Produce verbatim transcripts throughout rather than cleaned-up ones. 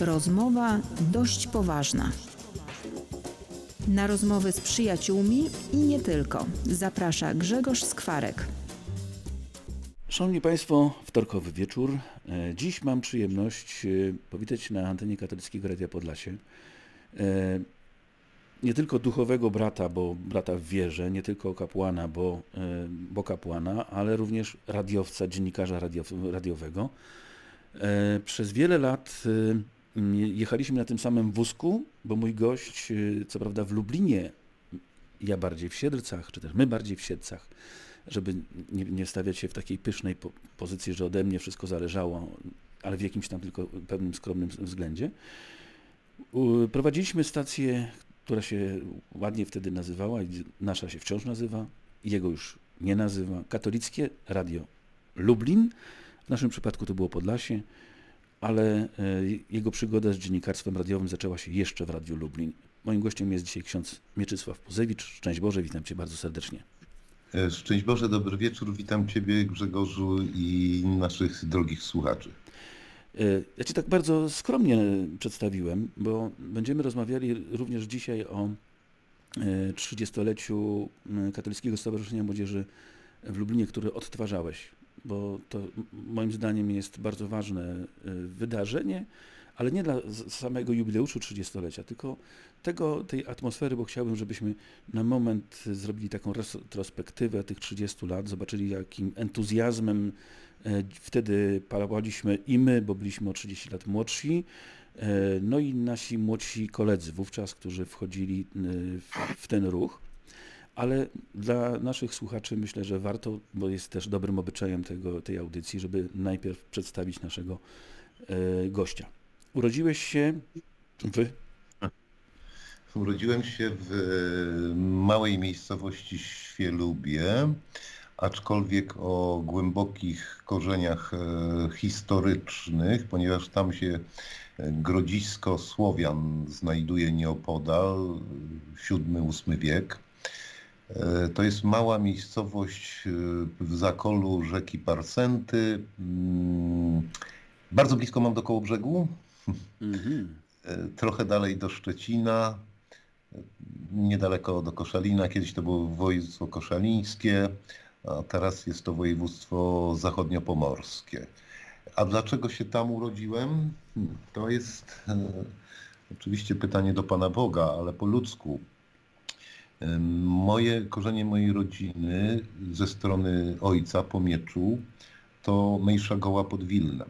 Rozmowa dość poważna. Na rozmowy z przyjaciółmi i nie tylko zaprasza Grzegorz Skwarek. Szanowni Państwo, wtorkowy wieczór. Dziś mam przyjemność powitać na antenie Katolickiego Radia Podlasie nie tylko duchowego brata, bo brata w wierze, nie tylko kapłana, bo, bo kapłana, ale również radiowca, dziennikarza radiow- radiowego. Przez wiele lat jechaliśmy na tym samym wózku, bo mój gość, co prawda w Lublinie, ja bardziej w Siedlcach, czy też my bardziej w Siedlcach, żeby nie, nie stawiać się w takiej pysznej po, pozycji, że ode mnie wszystko zależało, ale w jakimś tam tylko pewnym skromnym względzie. Prowadziliśmy stację, która się ładnie wtedy nazywała, i nasza się wciąż nazywa, jego już nie nazywa, Katolickie Radio Lublin. W naszym przypadku to było Podlasie, ale jego przygoda z dziennikarstwem radiowym zaczęła się jeszcze w Radiu Lublin. Moim gościem jest dzisiaj ksiądz Mieczysław Pozewicz. Szczęść Boże, witam Cię bardzo serdecznie. Szczęść Boże, dobry wieczór, witam Ciebie, Grzegorzu, i naszych drogich słuchaczy. Ja Cię tak bardzo skromnie przedstawiłem, bo będziemy rozmawiali również dzisiaj o trzydziestoleciu Katolickiego Stowarzyszenia Młodzieży w Lublinie, które odtwarzałeś, bo to moim zdaniem jest bardzo ważne wydarzenie, ale nie dla samego jubileuszu trzydziestolecia, tylko tego, tej atmosfery, bo chciałbym, żebyśmy na moment zrobili taką retrospektywę tych trzydziestu lat, zobaczyli, jakim entuzjazmem wtedy palaliśmy i my, bo byliśmy o trzydzieści lat młodsi, no i nasi młodsi koledzy wówczas, którzy wchodzili w ten ruch. Ale dla naszych słuchaczy myślę, że warto, bo jest też dobrym obyczajem tego, tej audycji, żeby najpierw przedstawić naszego gościa. Urodziłeś się w... Urodziłem się w małej miejscowości Świelubie, aczkolwiek o głębokich korzeniach historycznych, ponieważ tam się Grodzisko Słowian znajduje nieopodal, siódmy ósmy wiek. To jest mała miejscowość w zakolu rzeki Parsenty. Bardzo blisko mam do Kołobrzegu. Mm-hmm. Trochę dalej do Szczecina, niedaleko do Koszalina. Kiedyś to było województwo koszalińskie, a teraz jest to województwo zachodniopomorskie. A dlaczego się tam urodziłem? To jest e, oczywiście pytanie do Pana Boga, ale po ludzku. E, moje korzenie mojej rodziny ze strony ojca po mieczu to Mejsza Goła pod Wilnem.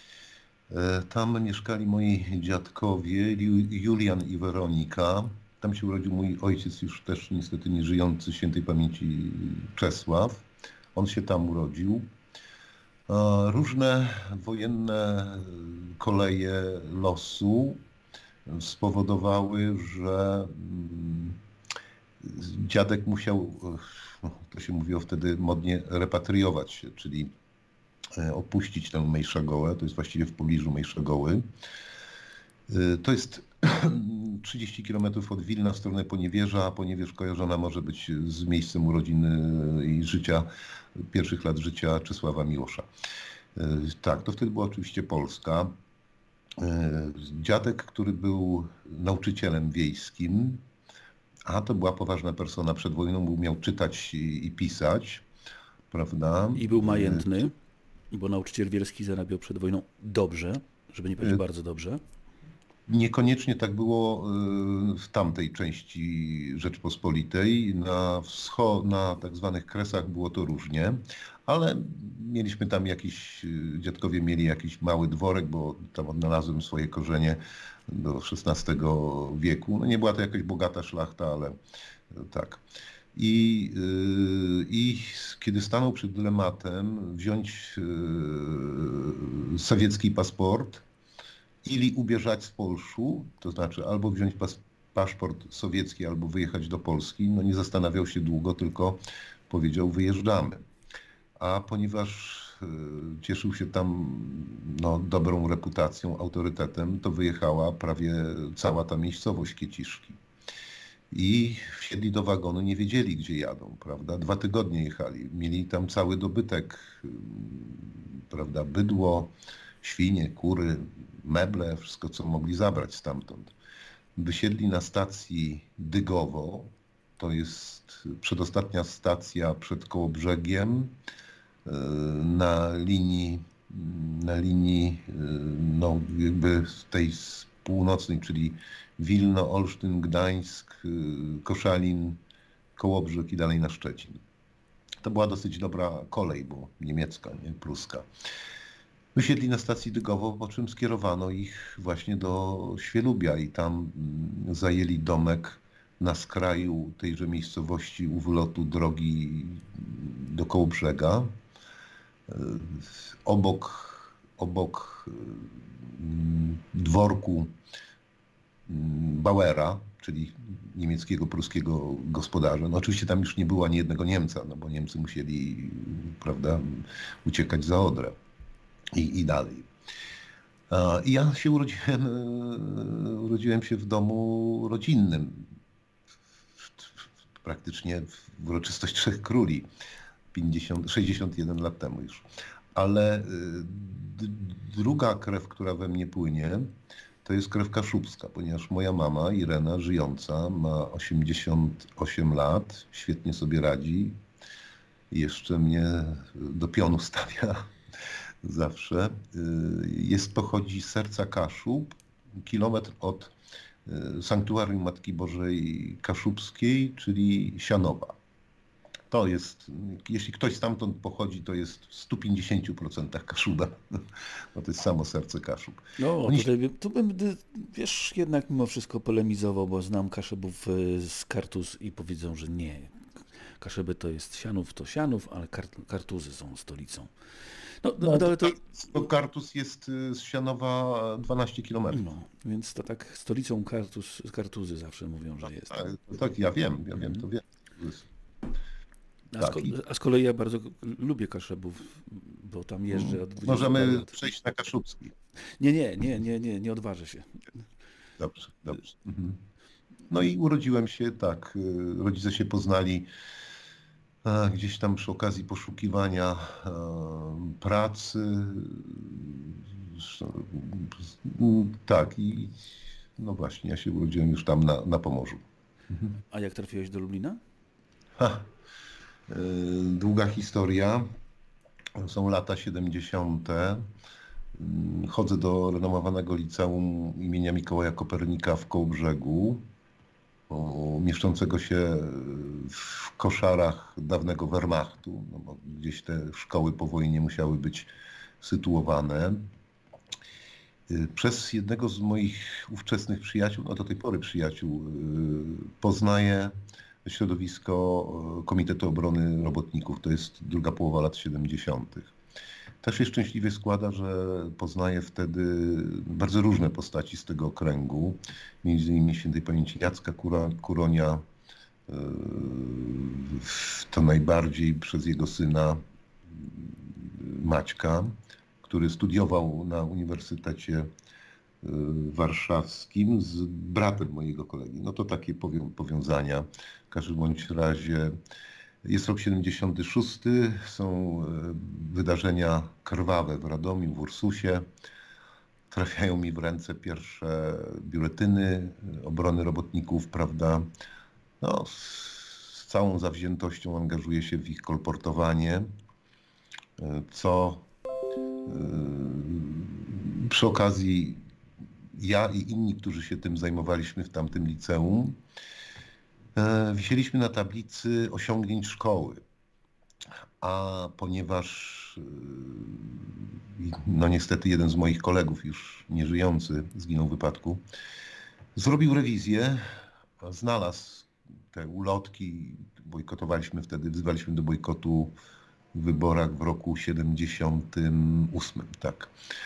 E, tam mieszkali moi dziadkowie Julian i Weronika. Tam się urodził mój ojciec, już też niestety nieżyjący, świętej pamięci Czesław. On się tam urodził. Różne wojenne koleje losu spowodowały, że dziadek musiał, to się mówiło wtedy modnie, repatriować się, czyli opuścić tę Mejszagołę. To jest właściwie w pobliżu Mejszagoły. To jest trzydzieści kilometrów od Wilna w stronę Poniewierza, a Poniewierz kojarzona może być z miejscem urodziny i życia, pierwszych lat życia Czesława Miłosza. Tak, to wtedy była oczywiście Polska. Dziadek, który był nauczycielem wiejskim, a to była poważna persona przed wojną, bo umiał czytać i, i pisać, prawda? I był majętny, bo nauczyciel wiejski zarabiał przed wojną dobrze, żeby nie powiedzieć bardzo dobrze. Niekoniecznie tak było w tamtej części Rzeczpospolitej. Na wschod, na tak zwanych Kresach było to różnie, ale mieliśmy tam jakiś, dziadkowie mieli jakiś mały dworek, bo tam odnalazłem swoje korzenie do szesnastego wieku. No nie była to jakaś bogata szlachta, ale tak. I, I kiedy stanął przed dylematem wziąć sowiecki paszport ili ubieżać z Polszu, to znaczy albo wziąć pas, paszport sowiecki, albo wyjechać do Polski, no nie zastanawiał się długo, tylko powiedział: wyjeżdżamy. A ponieważ y, cieszył się tam no, dobrą reputacją, autorytetem, to wyjechała prawie cała ta miejscowość Kieciszki. I wsiedli do wagonu, nie wiedzieli, gdzie jadą, prawda? Dwa tygodnie jechali, mieli tam cały dobytek, y, prawda, bydło, świnie, kury, meble, wszystko co mogli zabrać stamtąd. Wysiedli na stacji Dygowo, to jest przedostatnia stacja przed Kołobrzegiem, na linii, na linii no, jakby tej północnej, czyli Wilno, Olsztyn, Gdańsk, Koszalin, Kołobrzeg i dalej na Szczecin. To była dosyć dobra kolej, bo niemiecka, nie pruska. Wysiedli na stacji Dygowo, po czym skierowano ich właśnie do Świelubia i tam zajęli domek na skraju tejże miejscowości u wylotu drogi do Kołobrzega. Obok, obok dworku Bauera, czyli niemieckiego, pruskiego gospodarza. No oczywiście tam już nie było ani jednego Niemca, no bo Niemcy musieli, prawda, uciekać za Odrę i, i dalej. I ja się urodziłem, urodziłem się w domu rodzinnym, praktycznie w uroczystość Trzech Króli, pięćdziesiąt, sześćdziesiąt jeden lat temu już. Ale druga krew, która we mnie płynie, to jest krew kaszubska, ponieważ moja mama Irena, żyjąca, ma osiemdziesiąt osiem lat, świetnie sobie radzi. Jeszcze mnie do pionu stawia zawsze. Jest, pochodzi z serca Kaszub, kilometr od sanktuarium Matki Bożej Kaszubskiej, czyli Sianowa. To jest, jeśli ktoś stamtąd pochodzi, to jest w stu pięćdziesięciu procentach Kaszubem. No to jest samo serce Kaszub. No, Oni tutaj, tu bym, wiesz, jednak mimo wszystko polemizował, bo znam Kaszubów z Kartuz i powiedzą, że nie. Kaszuby to jest Sianów, to Sianów, ale Kartuzy są stolicą. No, no, no ale to... to Kartuz jest z Sianowa dwanaście kilometrów. No, więc to tak stolicą Kartuz, Kartuzy zawsze mówią, że jest. Tak, tak, ja wiem, ja wiem, to wiem. A, Tak, z, ko- i- a z kolei ja bardzo lubię Kaszubów, bo tam jeżdżę od dwudziestu Możemy lat. przejść na Kaszubski. Nie, nie, nie, nie, nie, nie odważę się. Dobrze, dobrze. Mhm. No i urodziłem się, tak, y, rodzice się poznali a, gdzieś tam przy okazji poszukiwania a, pracy. Zresztą, y, Tak, i no właśnie, ja się urodziłem już tam na, na Pomorzu. A jak trafiłeś do Lublina? Ha, y, Długa historia. Są lata siedemdziesiąte. Mm, Chodzę do renomowanego liceum imienia Mikołaja Kopernika w Kołobrzegu, o, mieszczącego się w koszarach dawnego Wehrmachtu, no bo gdzieś te szkoły po wojnie musiały być sytuowane. Y, Przez jednego z moich ówczesnych przyjaciół, no do tej pory przyjaciół, y, poznaję środowisko y, Komitetu Obrony Robotników. To jest druga połowa lat siedemdziesiątych. Tak się szczęśliwie składa, że poznaję wtedy bardzo różne postaci z tego okręgu. Między innymi świętej pamięci Jacka Kura, Kuronia, y, to najbardziej przez jego syna y, Maćka, który studiował na Uniwersytecie y, Warszawskim z bratem mojego kolegi. No to takie powią- powiązania. W każdym bądź razie jest rok siedemdziesiąty szósty, są y, wydarzenia krwawe w Radomiu, w Ursusie. Trafiają mi w ręce pierwsze biuletyny y, obrony robotników, prawda. No, z, z całą zawziętością angażuję się w ich kolportowanie, y, co y, przy okazji ja i inni, którzy się tym zajmowaliśmy w tamtym liceum, e, wisieliśmy na tablicy osiągnięć szkoły. A ponieważ y, no niestety jeden z moich kolegów, już nieżyjący, zginął w wypadku, zrobił rewizję, znalazł te ulotki, bojkotowaliśmy wtedy, wzywaliśmy do bojkotu w wyborach w roku siedemdziesiątym ósmym, tak.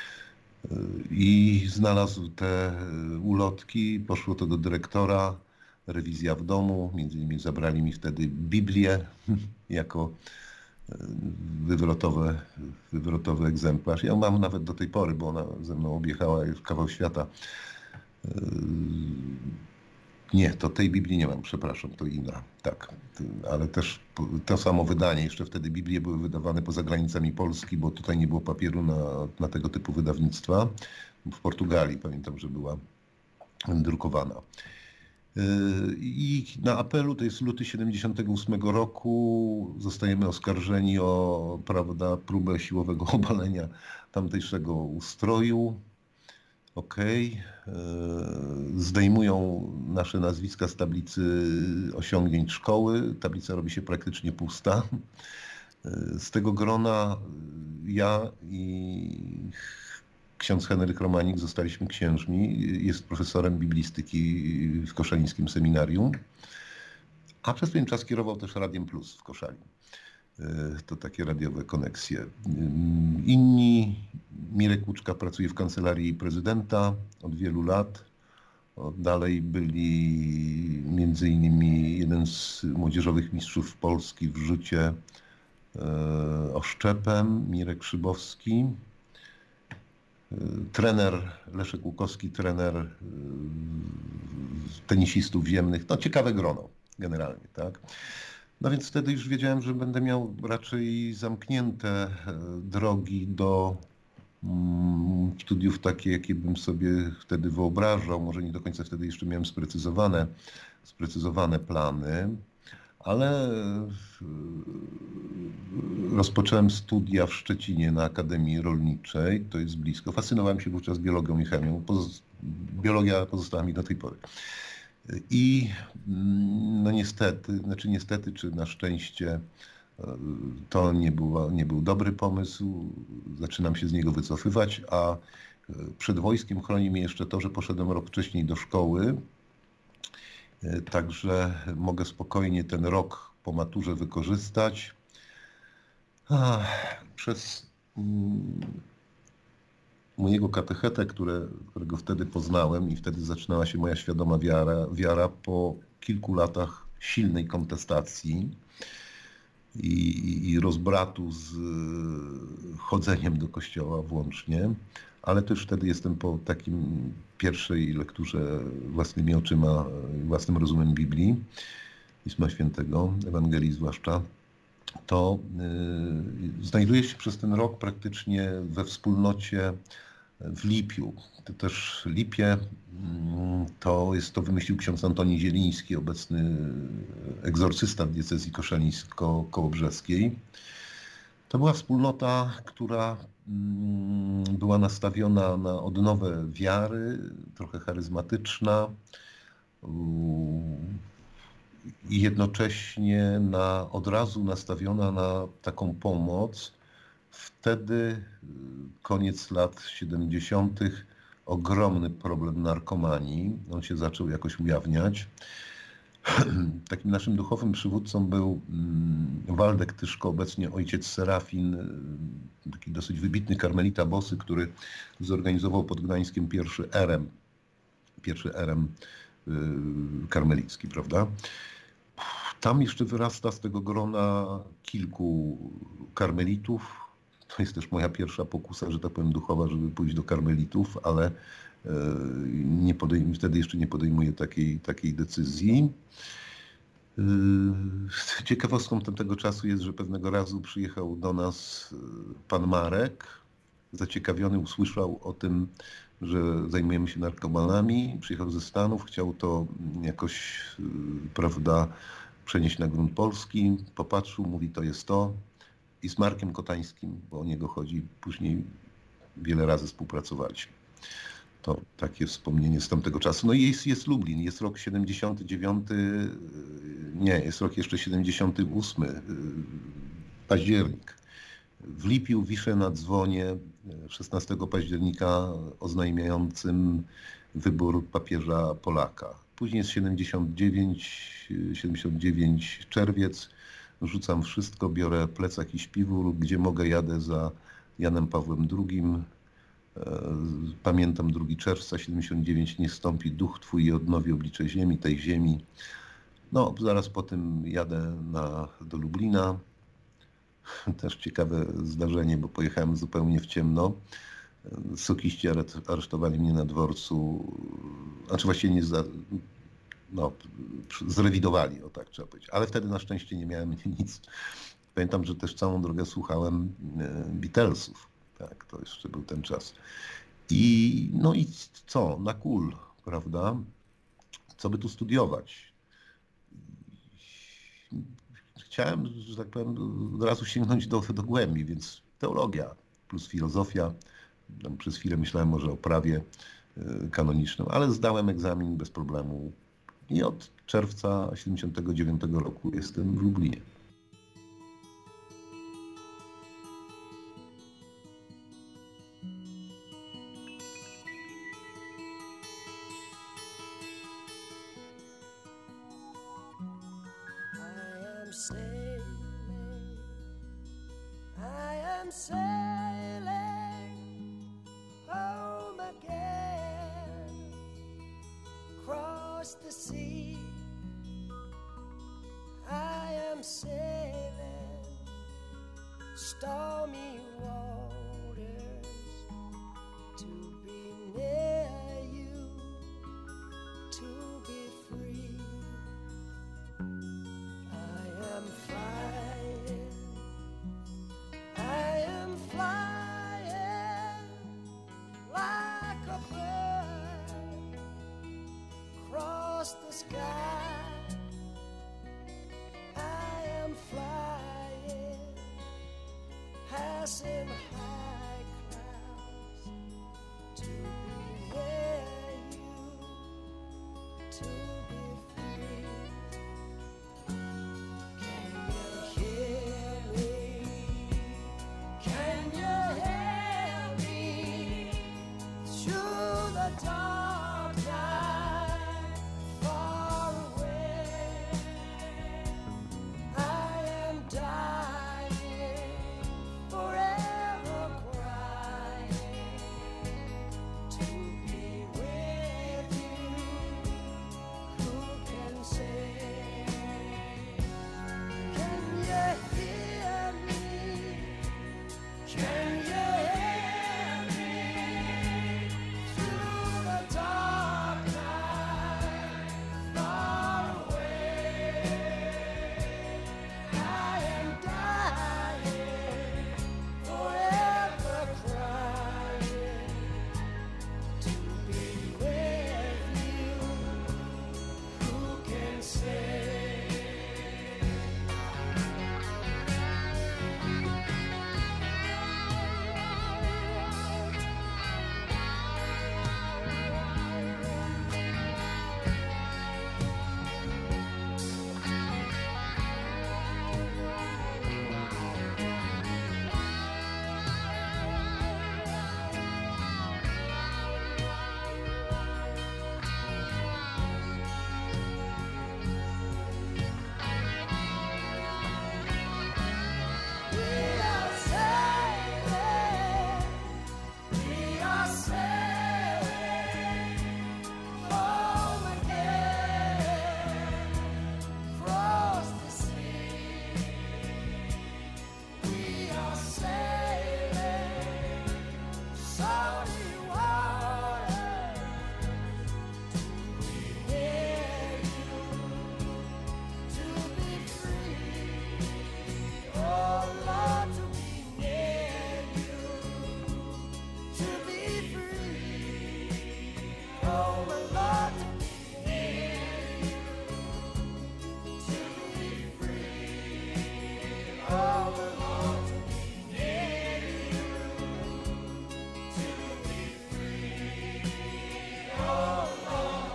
I znalazł te ulotki, poszło to do dyrektora, rewizja w domu, między innymi zabrali mi wtedy Biblię jako wywrotowy, wywrotowy egzemplarz. Ja ją mam nawet do tej pory, bo ona ze mną objechała już kawał świata. Nie, to tej Biblii nie mam, przepraszam, to inna. Tak, t- ale też p- to samo wydanie. Jeszcze wtedy Biblie były wydawane poza granicami Polski, bo tutaj nie było papieru na, na tego typu wydawnictwa. W Portugalii pamiętam, że była drukowana. Yy, I na apelu, to jest luty siedemdziesiątego ósmego roku, zostajemy oskarżeni o, prawda, próbę siłowego obalenia tamtejszego ustroju. Okej. Okay. Zdejmują nasze nazwiska z tablicy osiągnięć szkoły. Tablica robi się praktycznie pusta. Yy, Z tego grona ja i ksiądz Henryk Romanik zostaliśmy księżmi. Jest profesorem biblistyki w koszalińskim seminarium, a przez pewien czas kierował też Radiem Plus w Koszali. To takie radiowe koneksje. Inni, Mirek Łuczka pracuje w kancelarii prezydenta od wielu lat. Dalej byli między innymi jeden z młodzieżowych mistrzów Polski w rzucie oszczepem, Mirek Szybowski. Trener Leszek Łukowski, trener tenisistów ziemnych. No ciekawe grono generalnie, tak? No więc wtedy już wiedziałem, że będę miał raczej zamknięte drogi do mm, studiów takie, jakie bym sobie wtedy wyobrażał. Może nie do końca wtedy jeszcze miałem sprecyzowane, sprecyzowane plany, ale rozpocząłem studia w Szczecinie na Akademii Rolniczej, to jest blisko. Fascynowałem się wówczas biologią i chemią. Poz- biologia pozostała mi do tej pory. I no niestety, znaczy niestety, czy na szczęście, to nie, było, nie był dobry pomysł. Zaczynam się z niego wycofywać, a przed wojskiem chroni mnie jeszcze to, że poszedłem rok wcześniej do szkoły. Także mogę spokojnie ten rok po maturze wykorzystać. A, przez mm, mojego katechetę, które, którego wtedy poznałem i wtedy zaczynała się moja świadoma wiara, wiara po kilku latach silnej kontestacji i, i rozbratu z chodzeniem do kościoła włącznie, ale też wtedy jestem po takim pierwszej lekturze własnymi oczyma, własnym rozumem Biblii, Pisma Świętego, Ewangelii zwłaszcza, to y, znajduję się przez ten rok praktycznie we wspólnocie w Lipiu. To też Lipie y, to jest to wymyślił ksiądz Antoni Zieliński, obecny egzorcysta w diecezji koszalińsko-kołobrzeskiej. To była wspólnota, która y, była nastawiona na odnowę wiary, trochę charyzmatyczna, y, i jednocześnie na, od razu nastawiona na taką pomoc. Wtedy, koniec lat siedemdziesiątych, ogromny problem narkomanii. On się zaczął jakoś ujawniać. Takim naszym duchowym przywódcą był Waldek Tyszko, obecnie ojciec Serafin, taki dosyć wybitny karmelita bosy, który zorganizował pod Gdańskiem pierwszy erem, pierwszy erem karmelicki, prawda? Tam jeszcze wyrasta z tego grona kilku karmelitów. To jest też moja pierwsza pokusa, że tak powiem, duchowa, żeby pójść do karmelitów, ale nie podejm- wtedy jeszcze nie podejmuję takiej, takiej decyzji. Ciekawostką tamtego czasu jest, że pewnego razu przyjechał do nas pan Marek, zaciekawiony, usłyszał o tym, że zajmujemy się narkomanami, przyjechał ze Stanów, chciał to jakoś, prawda, przenieść na grunt polski, popatrzył, mówi, to jest to. I z Markiem Kotańskim, bo o niego chodzi, później wiele razy współpracowaliśmy. To takie wspomnienie z tamtego czasu. No i jest, jest Lublin, jest rok siedemdziesiąty dziewiąty, nie, jest rok jeszcze siedemdziesiąty ósmy, październik. W Lipiu wiszę na dzwonie szesnastego października oznajmiającym wybór papieża Polaka. Później jest siedemdziesiąty dziewiąty czerwiec, rzucam wszystko, biorę plecak i śpiwór, gdzie mogę jadę za Janem Pawłem drugim. Pamiętam drugiego czerwca siedemdziesiątego dziewiątego, nie stąpi duch Twój i odnowi oblicze ziemi, tej ziemi. No, zaraz po tym jadę na, do Lublina. Też ciekawe zdarzenie, bo pojechałem zupełnie w ciemno. Sokiści aresztowali mnie na dworcu, znaczy właściwie nie za, no, zrewidowali, o tak trzeba powiedzieć. Ale wtedy na szczęście nie miałem nic. Pamiętam, że też całą drogę słuchałem Beatlesów. Tak, to jeszcze był ten czas. I no i co? Na kul, prawda? Co by tu studiować? Chciałem, że tak powiem, od razu sięgnąć do, do głębi, więc teologia plus filozofia. Tam przez chwilę myślałem może o prawie kanonicznym, ale zdałem egzamin bez problemu i od czerwca tysiąc dziewięćset siedemdziesiątego dziewiątego roku jestem w Lublinie. The sea, I am sailing stormy waters to be near you, to be free. I am flying, I am flying like a bird across the sky. I am flying, passing high clouds to be near you, to be free. Can you hear me? Can you hear me through the dark night? Far away, I am dying, forever crying to be with you. Who can say? Can you hear me? Can you hear me through the dark night? Far away, I am dying, forever crying to be with you. Who can say? We are sailing, we are sailing home again, across the sea. We are sailing salty waters to be near you, to be free. Oh Lord, to be near you, to be free. Oh my Lord, to be near you, to be free. Oh my Lord, to be near you, to be free. Oh Lord.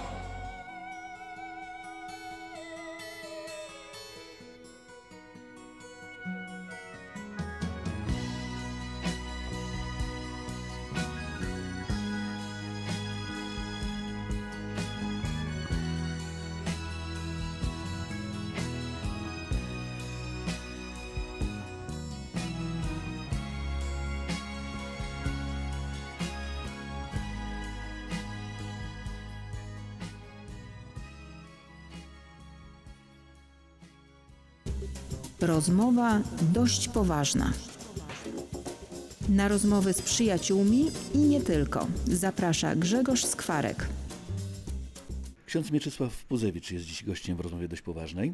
Rozmowa dość poważna. Na rozmowy z przyjaciółmi i nie tylko zaprasza Grzegorz Skwarek. Ksiądz Mieczysław Puzewicz jest dziś gościem w rozmowie dość poważnej.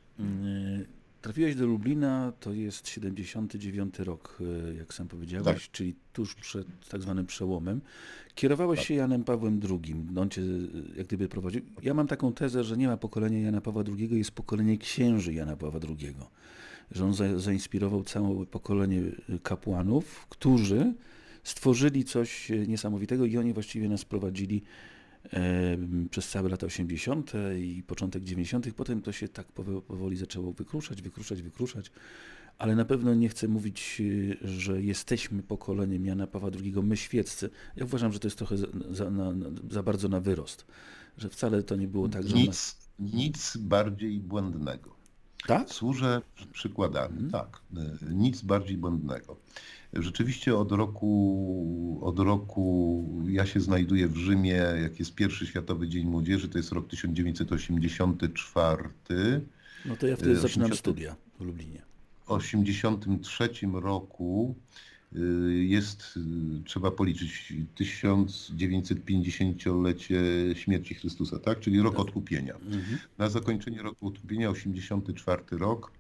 Trafiłeś do Lublina, to jest siedemdziesiąty dziewiąty rok, jak sam powiedziałeś, Tak. czyli tuż przed tak zwanym przełomem. Kierowałeś Tak. się Janem Pawłem drugim, on cię jak gdyby prowadził. Ja mam taką tezę, że nie ma pokolenia Jana Pawła drugiego, jest pokolenie księży Jana Pawła drugiego. Że on za, zainspirował całe pokolenie kapłanów, którzy stworzyli coś niesamowitego i oni właściwie nas prowadzili e, przez całe lata osiemdziesiąte i początek dziewięćdziesiątych. Potem to się tak powo- powoli zaczęło wykruszać, wykruszać, wykruszać, ale na pewno nie chcę mówić, e, że jesteśmy pokoleniem Jana Pawła drugiego, my świeccy. Ja uważam, że to jest trochę za, za, na, za bardzo na wyrost, że wcale to nie było tak, że... Nic, nic bardziej błędnego. Tak? Służę przykładami, Mhm. tak. y, Nic bardziej błędnego. Rzeczywiście od roku, od roku ja się znajduję w Rzymie, jak jest pierwszy Światowy Dzień Młodzieży, to jest rok tysiąc dziewięćset osiemdziesiąty czwarty. No to ja wtedy E, zaczynam osiemdziesiąty studia w Lublinie. W osiemdziesiątym trzecim roku y, jest, y, trzeba policzyć, tysiąc dziewięćset pięćdziesięciolecie śmierci Chrystusa, tak? Czyli rok odkupienia. Mhm. Na zakończenie roku odkupienia, osiemdziesiąty czwarty rok,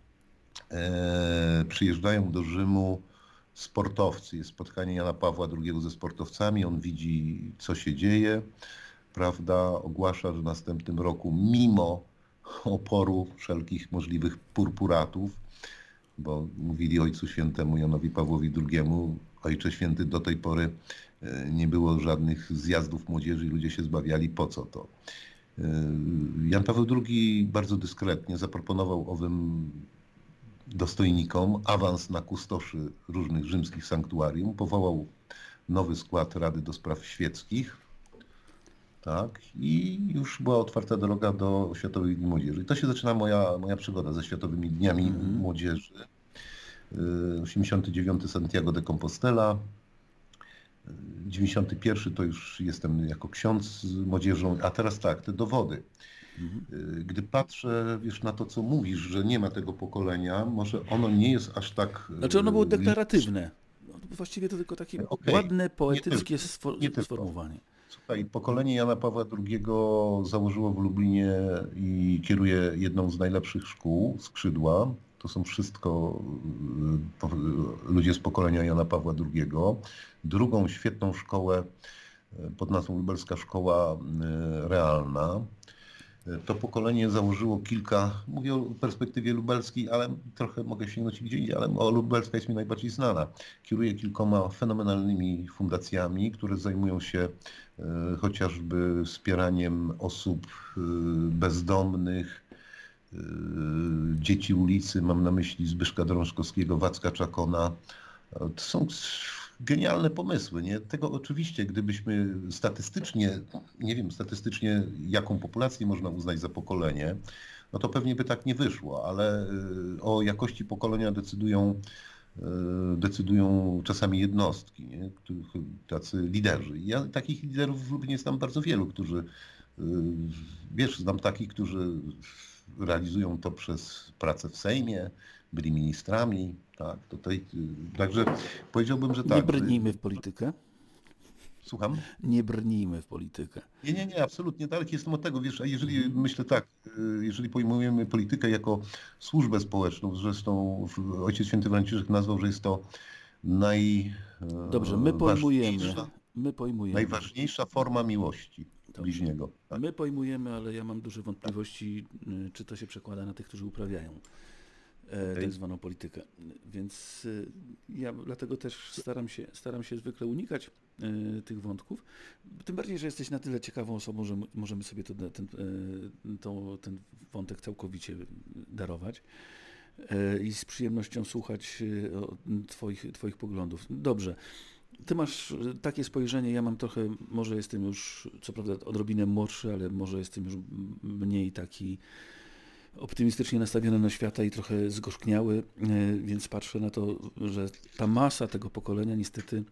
e, przyjeżdżają do Rzymu sportowcy. Jest spotkanie Jana Pawła drugiego ze sportowcami, on widzi, co się dzieje, prawda, ogłasza, że w następnym roku, mimo oporu wszelkich możliwych purpuratów, bo mówili Ojcu Świętemu Janowi Pawłowi drugiemu, Ojcze Święty, do tej pory e, nie było żadnych zjazdów młodzieży i ludzie się zbawiali, po co to? E, Jan Paweł drugi bardzo dyskretnie zaproponował owym dostojnikom awans na kustoszy różnych rzymskich sanktuarium, powołał nowy skład Rady do Spraw Świeckich, tak, i już była otwarta droga do Światowych Dni Młodzieży. I to się zaczyna moja, moja przygoda ze Światowymi Dniami Mhm. Młodzieży. Y, osiemdziesiąty dziewiąty Santiago de Compostela. Y, dziewięćdziesiąty pierwszy to już jestem jako ksiądz z młodzieżą. A teraz tak, te dowody. Mhm. Y, Gdy patrzę, wiesz, na to, co mówisz, że nie ma tego pokolenia, może ono nie jest aż tak... Znaczy ono było y, deklaratywne. No, właściwie to tylko takie Okej, ładne, poetyckie tylko, sfor- nie tylko. sformułowanie. Słuchaj, pokolenie Jana Pawła drugiego założyło w Lublinie i kieruje jedną z najlepszych szkół, Skrzydła. To są wszystko y, po- ludzie z pokolenia Jana Pawła drugiego. Drugą świetną szkołę y, pod nazwą Lubelska Szkoła y, Realna. Y, To pokolenie założyło kilka, mówię o perspektywie lubelskiej, ale trochę mogę sięgnąć gdzie indziej, ale o lubelska jest mi najbardziej znana. Kieruje kilkoma fenomenalnymi fundacjami, które zajmują się y, chociażby wspieraniem osób y, bezdomnych, y, dzieci ulicy, mam na myśli Zbyszka Drążkowskiego, Wacka Czakona. To są genialne pomysły, nie? Tego oczywiście, gdybyśmy statystycznie, nie wiem statystycznie jaką populację można uznać za pokolenie, no to pewnie by tak nie wyszło, ale y, o jakości pokolenia decydują, y, decydują czasami jednostki, nie? Których, tacy liderzy. Ja takich liderów w Lublinie znam bardzo wielu, którzy, y, wiesz, znam takich, którzy realizują to przez pracę w Sejmie, byli ministrami, tak, tutaj, y, także powiedziałbym, że tak. Nie brnijmy w politykę. Słucham? Nie brnijmy w politykę. Nie, nie, nie, absolutnie daleki jestem od tego, wiesz, a jeżeli myślę tak, y, jeżeli pojmujemy politykę jako służbę społeczną, zresztą w- Ojciec Święty Franciszek nazwał, że jest to naj, e, Dobrze, my pojmujemy. ważniejsza, My pojmujemy. najważniejsza forma miłości Dobrze. bliźniego. Tak? My pojmujemy, ale ja mam duże wątpliwości, y, czy to się przekłada na tych, którzy uprawiają e, Okej. tak zwaną politykę. Więc y, ja dlatego też staram się, staram się zwykle unikać y, tych wątków. Tym bardziej, że jesteś na tyle ciekawą osobą, że m- możemy sobie to, ten, y, to, ten wątek całkowicie darować. Y, I z przyjemnością słuchać y, o twoich, twoich poglądów. Dobrze. Ty masz y, takie spojrzenie, ja mam trochę, może jestem już, co prawda odrobinę młodszy, ale może jestem już m- mniej taki optymistycznie nastawiony na świata i trochę zgorzkniały, y, więc patrzę na to, że ta masa tego pokolenia niestety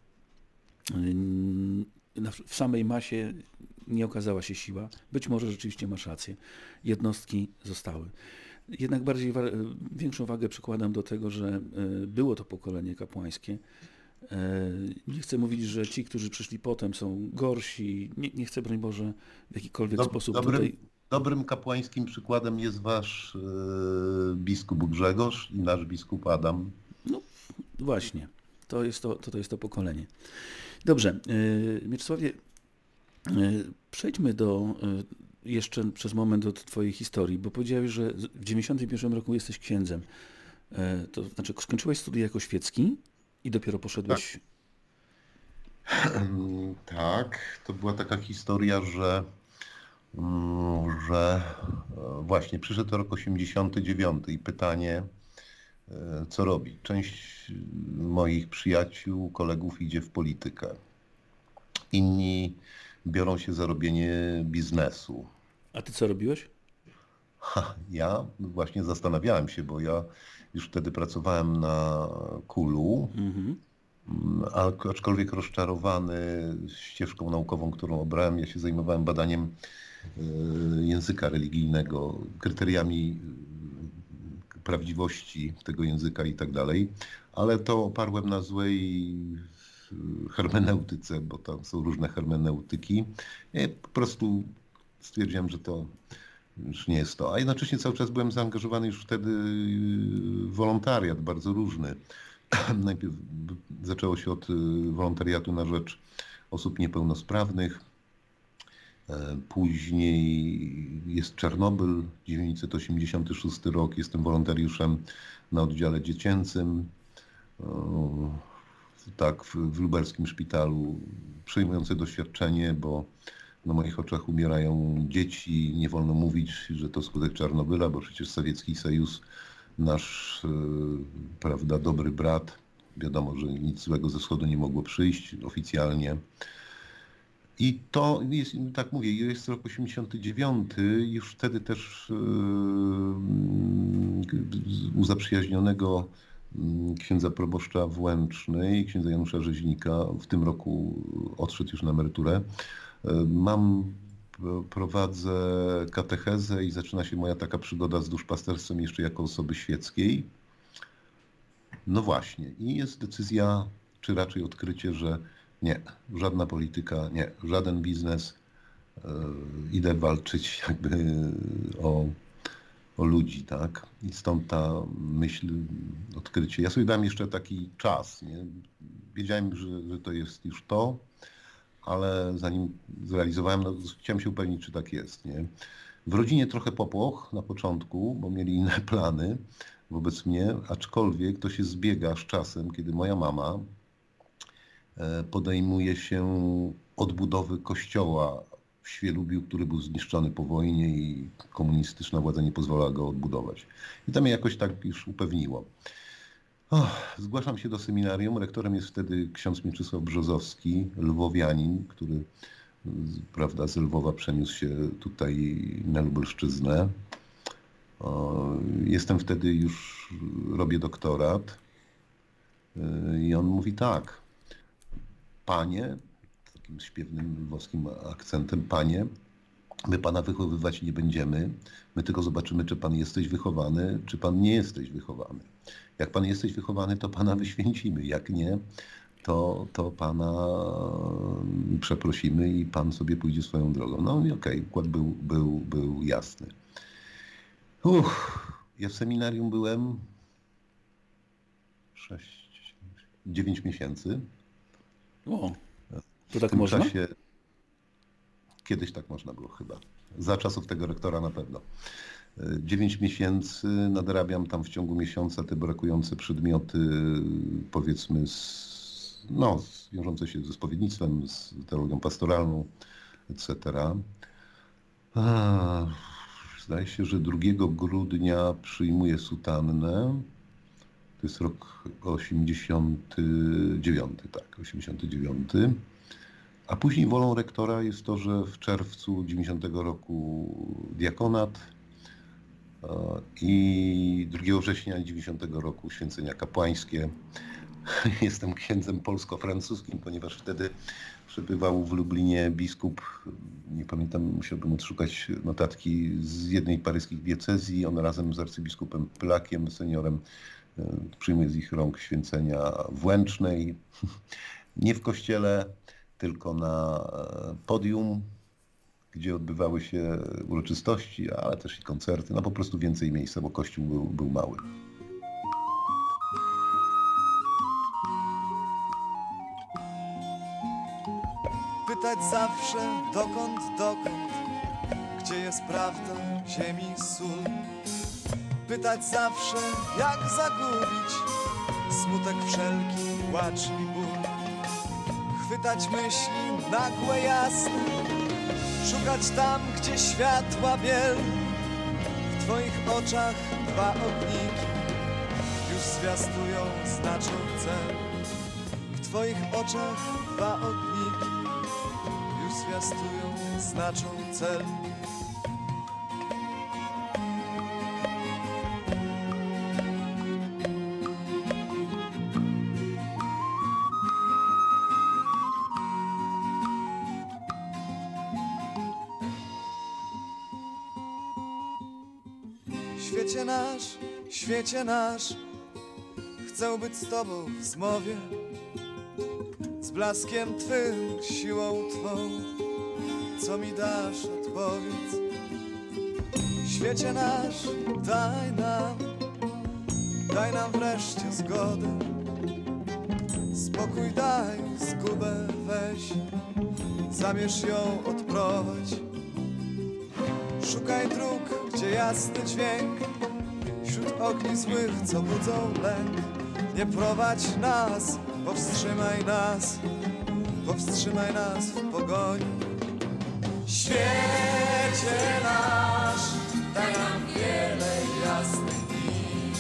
y, na- w samej masie nie okazała się siła. Być może rzeczywiście masz rację. Jednostki zostały. Jednak bardziej wa- większą wagę przykładam do tego, że y, było to pokolenie kapłańskie. E, Nie chcę mówić, że ci, którzy przyszli potem są gorsi. Nie, nie chcę, broń Boże, w jakikolwiek Dob- sposób dobrym, tutaj... Dobrym kapłańskim przykładem jest wasz e, biskup Grzegorz i nasz biskup Adam. No właśnie, to jest to, to, to jest to pokolenie. Dobrze, yy, Mieczysławie, yy, przejdźmy do yy, jeszcze przez moment do twojej historii, bo powiedziałeś, że w dziewięćdziesiątym pierwszym roku jesteś księdzem. Yy, to znaczy skończyłeś studia jako świecki i dopiero poszedłeś... Tak, to była taka historia, że, mm, że e, właśnie przyszedł rok osiemdziesiąty dziewiąty i pytanie, e, co robi. Część moich przyjaciół, kolegów idzie w politykę. Inni biorą się za robienie biznesu. A ty co robiłeś? Ha, ja właśnie zastanawiałem się, bo ja już wtedy pracowałem na Kulu, Mhm. a- aczkolwiek rozczarowany ścieżką naukową, którą obrałem, ja się zajmowałem badaniem e, języka religijnego, kryteriami e, prawdziwości tego języka i tak dalej, ale to oparłem na złej e, hermeneutyce, bo tam są różne hermeneutyki. Ja po prostu stwierdziłem, że to już nie jest to. A jednocześnie cały czas byłem zaangażowany już wtedy w wolontariat bardzo różny. Najpierw zaczęło się od y, wolontariatu na rzecz osób niepełnosprawnych. E, Później jest Czarnobyl, tysiąc dziewięćset osiemdziesiąty szósty rok. Jestem wolontariuszem na oddziale dziecięcym. O, tak, w, w lubelskim szpitalu. Przejmujące doświadczenie, bo na moich oczach umierają dzieci. Nie wolno mówić, że to skutek Czarnobyla, bo przecież sowiecki Sojus, nasz e, prawda, dobry brat, wiadomo, że nic złego ze wschodu nie mogło przyjść oficjalnie. I to jest, tak mówię, jest rok osiemdziesiąty dziewiąty, już wtedy też e, u zaprzyjaźnionego mm, księdza proboszcza w Łęcznej, księdza Janusza Rzeźnika, w tym roku odszedł już na emeryturę. E, Mam, prowadzę katechezę i zaczyna się moja taka przygoda z duszpasterstwem jeszcze jako osoby świeckiej. No właśnie, i jest decyzja, czy raczej odkrycie, że nie, żadna polityka, nie, żaden biznes, e, idę walczyć jakby o, o ludzi, tak? I stąd ta myśl, odkrycie. Ja sobie dałem jeszcze taki czas, nie? Wiedziałem, że, że to jest już to, ale zanim zrealizowałem, no, chciałem się upewnić, czy tak jest, nie? W rodzinie trochę popłoch na początku, bo mieli inne plany wobec mnie, aczkolwiek to się zbiega z czasem, kiedy moja mama e, podejmuje się odbudowy kościoła w Świelubiu, który był zniszczony po wojnie i komunistyczna władza nie pozwalała go odbudować. I to mnie jakoś tak już upewniło. O, zgłaszam się do seminarium. Rektorem jest wtedy ksiądz Mieczysław Brzozowski, lwowianin, który z- prawda, z Lwowa przeniósł się tutaj na Lubelszczyznę. O, jestem wtedy już, robię doktorat y, i on mówi tak, panie, takim śpiewnym lwowskim akcentem, panie, my pana wychowywać nie będziemy, my tylko zobaczymy, czy pan jesteś wychowany, czy pan nie jesteś wychowany. Jak pan jesteś wychowany, to pana wyświęcimy, jak nie, to, to pana przeprosimy i pan sobie pójdzie swoją drogą. No i okej, układ był, był, był jasny. Uff, ja w seminarium byłem sześć, dziewięć miesięcy. O, to W tak tym można? czasie, kiedyś tak można było chyba, za czasów tego rektora na pewno. Dziewięć miesięcy nadrabiam tam w ciągu miesiąca te brakujące przedmioty, powiedzmy, z, no, z- wiążące się ze spowiednictwem, z teologią pastoralną, et cetera. A, Zdaje się, że drugiego grudnia przyjmuję sutannę. To jest rok osiemdziesiąty dziewiąty, tak, osiemdziesiąty dziewiąty. A później wolą rektora jest to, że w czerwcu dziewięćdziesiątego roku diakonat e, i drugiego września dziewięćdziesiątego roku święcenia kapłańskie. Jestem księdzem polsko-francuskim, ponieważ wtedy przebywał w Lublinie biskup, nie pamiętam, musiałbym odszukać notatki, z jednej paryskich diecezji. On razem z arcybiskupem Pylakiem, seniorem, e, przyjmuje z ich rąk święcenia w Łęcznej. Nie w kościele, tylko na e, podium gdzie odbywały się uroczystości, ale też i koncerty. No po prostu więcej miejsca, bo kościół był, był mały. Pytać zawsze dokąd, dokąd, gdzie jest prawda, ziemi sól. Pytać zawsze jak zagubić smutek wszelki, płacz i ból. Chwytać myśli nagłe, jasne, szukać tam, gdzie światła biel. W twoich oczach dwa ogniki już zwiastują, znaczą cel. W twoich oczach dwa ogniki już zwiastują, znaczą cel. Świecie nasz, świecie nasz, chcę być z tobą w zmowie, z blaskiem twym, siłą twą, co mi dasz, odpowiedz. Świecie nasz, daj nam, daj nam wreszcie zgodę, spokój daj, zgubę weź, zamierz ją odprowadź. Szukaj dróg, gdzie jasny dźwięk, wśród ogni złych, co budzą lęk. Nie prowadź nas, powstrzymaj nas, powstrzymaj nas w pogoni. Świecie nasz, daj nam wiele jasnych dni.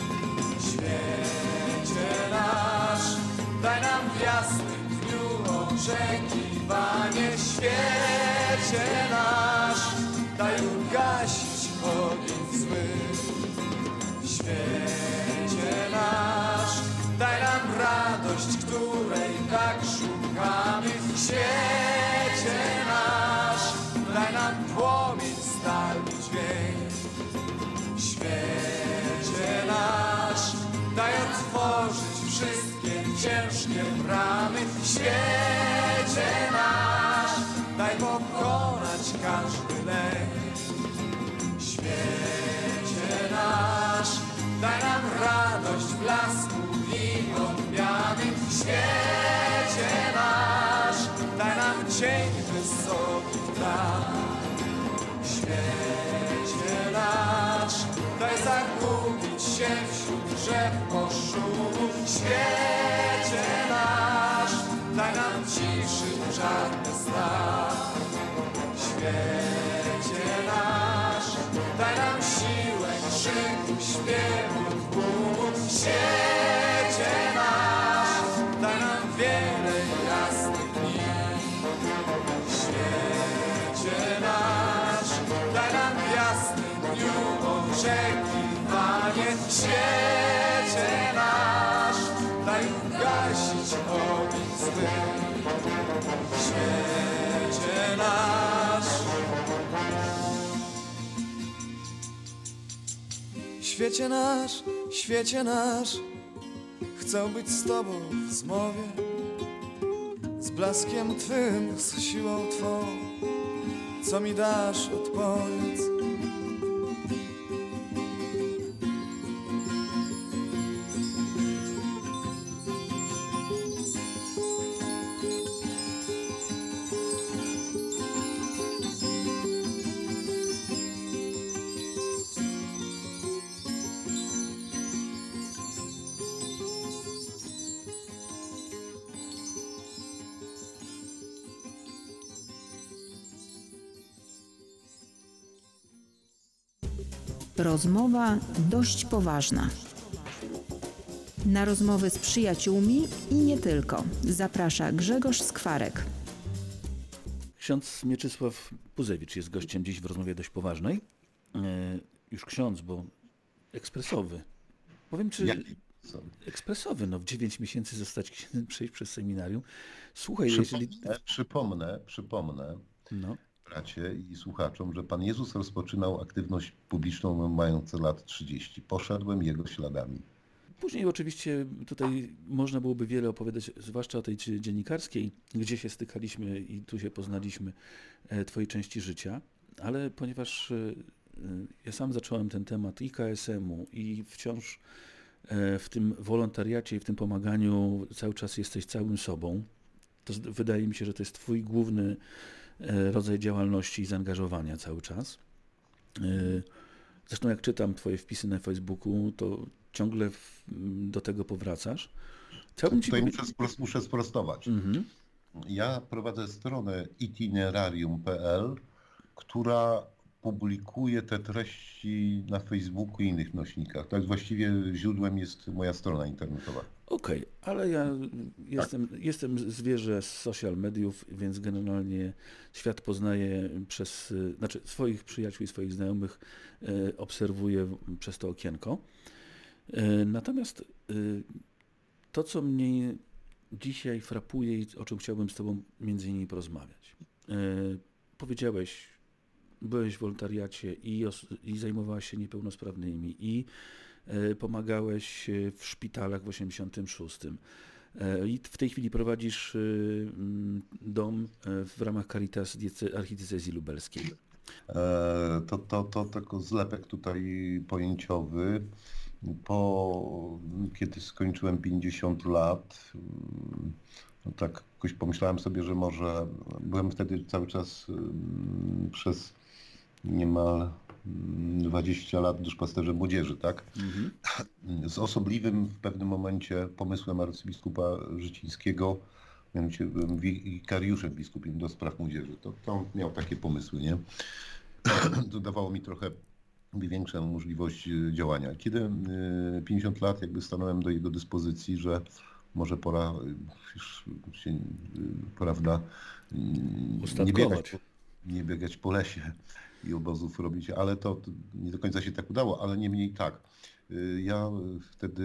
Świecie nasz, daj nam w jasnym dniu oczekiwanie. Świecie nasz, daj ugasić ogień zły. W świecie nasz, daj nam radość, której tak szukamy. W świecie nasz, daj nam płomień, stal i dźwięk. W świecie nasz, daj otworzyć wszystkie ciężkie bramy. W świecie nasz, daj pokonać każdy lęk. W świecie nasz, daj nam radość, blasku i odmiany. W świecie nasz, daj nam cień wysokich traw. W świecie nasz, daj zagubić się wśród drzew poszumów. W świecie nasz, daj nam ciszy czarny strach. W świecie nasz, daj nam siłę, krzyku, śpiewu, tłumu. W świecie nasz, daj nam wiele jasnych dni. W świecie nasz, daj nam w jasnym dniu oczekiwanie. W świecie nasz, daj ugasić ogień zły. W świecie nasz. Świecie nasz, świecie nasz, chcę być z tobą w zmowie, z blaskiem twym, z siłą twą, co mi dasz, odpowiedz. Rozmowa dość poważna. Na rozmowy z przyjaciółmi i nie tylko zaprasza Grzegorz Skwarek. Ksiądz Mieczysław Puzewicz jest gościem dziś w rozmowie dość poważnej. E, już ksiądz, bo ekspresowy. Powiem, czy Jaki? ekspresowy, no w dziewięć miesięcy zostać księdzem, przejść przez seminarium. Słuchaj, jeżeli... Przypomnę, przypomnę, przypomnę No. bracie i słuchaczom, że Pan Jezus rozpoczynał aktywność publiczną mając lat trzydzieści. Poszedłem Jego śladami. Później oczywiście tutaj można byłoby wiele opowiadać, zwłaszcza o tej dzie- dziennikarskiej, gdzie się stykaliśmy i tu się poznaliśmy, e, twojej części życia, ale ponieważ e, e, ja sam zacząłem ten temat i K S M-u i wciąż e, w tym wolontariacie i w tym pomaganiu cały czas jesteś całym sobą, to z- wydaje mi się, że to jest twój główny e, rodzaj działalności i zaangażowania cały czas. E, Zresztą jak czytam twoje wpisy na Facebooku, to ciągle w, do tego powracasz. Chciałbym ci Tutaj powiedzieć... muszę, spros- muszę sprostować. Mhm. Ja prowadzę stronę itinerarium kropka p l, która publikuje te treści na Facebooku i innych nośnikach. Tak właściwie źródłem jest moja strona internetowa. Okej, ale ja jestem, jestem zwierzę z social mediów, więc generalnie świat poznaję przez, y, znaczy swoich przyjaciół i swoich znajomych y, obserwuję w- przez to okienko. Y, Natomiast y, to, co mnie dzisiaj frapuje i o czym chciałbym z Tobą między innymi porozmawiać. Y, Powiedziałeś, byłeś w wolontariacie i, os- i zajmowałaś się niepełnosprawnymi i e, pomagałeś e, w szpitalach w osiemdziesiątym szóstym. E, I w tej chwili prowadzisz e, mm, dom e, w ramach Caritas diece- archidiecezji lubelskiej. E, To, to, to tylko zlepek tutaj pojęciowy. Po, kiedy skończyłem pięćdziesiąt lat, mm, no tak jakoś pomyślałem sobie, że może byłem wtedy cały czas mm, przez niemal mm, dwadzieścia lat duszpasterzem młodzieży, tak? Mhm. Z osobliwym w pewnym momencie pomysłem arcybiskupa Życińskiego, mianowicie byłem wikariuszem biskupim do spraw młodzieży. To, to on miał takie pomysły, nie? To dawało mi trochę większą możliwość e, działania. Kiedy e, pięćdziesiąt lat jakby stanąłem do jego dyspozycji, że może pora e, już się, e, prawda, mm, nie Ustatkować. biegać, po, nie biegać po lesie i obozów robić, ale to to nie do końca się tak udało, ale niemniej tak. E, Ja wtedy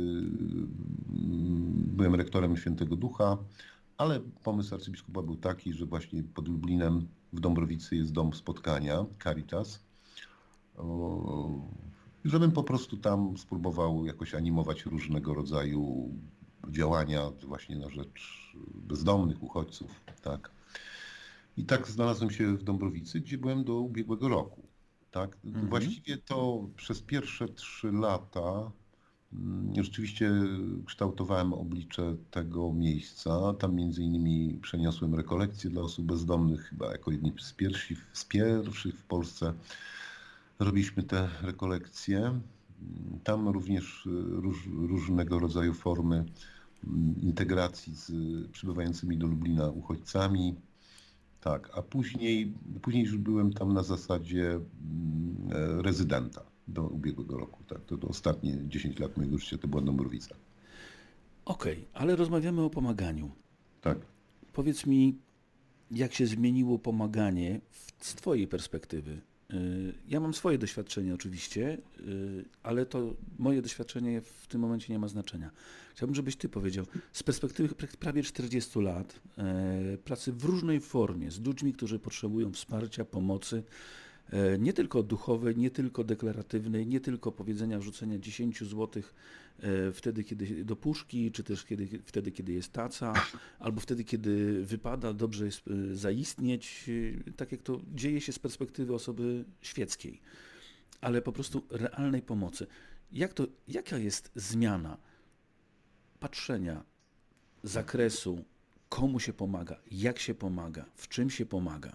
mm, byłem rektorem Świętego Ducha, ale pomysł arcybiskupa był taki, że właśnie pod Lublinem w Dąbrowicy jest dom spotkania, Caritas, o, żebym po prostu tam spróbował jakoś animować różnego rodzaju działania właśnie na rzecz bezdomnych, uchodźców, tak. I tak znalazłem się w Dąbrowicy, gdzie byłem do ubiegłego roku, tak. Mhm. Właściwie to przez pierwsze trzy lata mm, rzeczywiście kształtowałem oblicze tego miejsca. Tam między innymi przeniosłem rekolekcje dla osób bezdomnych, chyba jako jedni z pierwszych, z pierwszych w Polsce robiliśmy te rekolekcje. Tam również y, róż, różnego rodzaju formy mm, integracji z przybywającymi do Lublina uchodźcami. Tak, a później, później już byłem tam na zasadzie mm, e, rezydenta do ubiegłego roku. Tak, to, to ostatnie dziesięć lat mojego życia to była Dąbrowica. Okej, ale rozmawiamy o pomaganiu. Tak. Powiedz mi, jak się zmieniło pomaganie w, z Twojej perspektywy? Y, Ja mam swoje doświadczenie oczywiście, y, ale to moje doświadczenie w tym momencie nie ma znaczenia. Chciałbym, żebyś Ty powiedział, z perspektywy pra- prawie czterdziestu lat e, pracy w różnej formie z ludźmi, którzy potrzebują wsparcia, pomocy, e, nie tylko duchowej, nie tylko deklaratywnej, nie tylko powiedzenia, rzucenia dziesięć złotych e, wtedy, kiedy do puszki, czy też kiedy, wtedy, kiedy jest taca, albo wtedy, kiedy wypada dobrze jest e, zaistnieć, e, tak jak to dzieje się z perspektywy osoby świeckiej, ale po prostu realnej pomocy. Jak to, jaka jest zmiana patrzenia, zakresu, komu się pomaga, jak się pomaga, w czym się pomaga?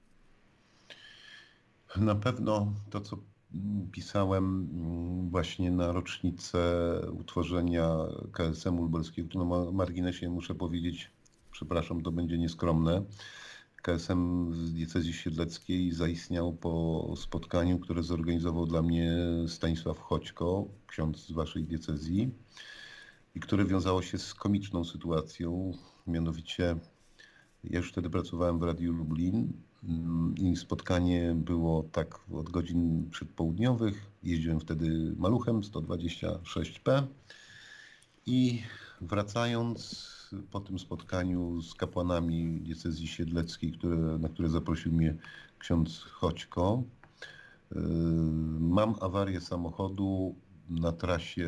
Na pewno to, co mm, pisałem mm, właśnie na rocznicę utworzenia K S M-u lubelskiego, tu na ma- marginesie muszę powiedzieć, przepraszam, to będzie nieskromne. K S M z diecezji siedleckiej zaistniał po spotkaniu, które zorganizował dla mnie Stanisław Choćko, ksiądz z waszej diecezji, i które wiązało się z komiczną sytuacją, mianowicie ja już wtedy pracowałem w Radiu Lublin mm, i spotkanie było tak od godzin przedpołudniowych. Jeździłem wtedy maluchem sto dwadzieścia sześć P i wracając po tym spotkaniu z kapłanami diecezji siedleckiej, które, na które zaprosił mnie ksiądz Choćko, yy, mam awarię samochodu na trasie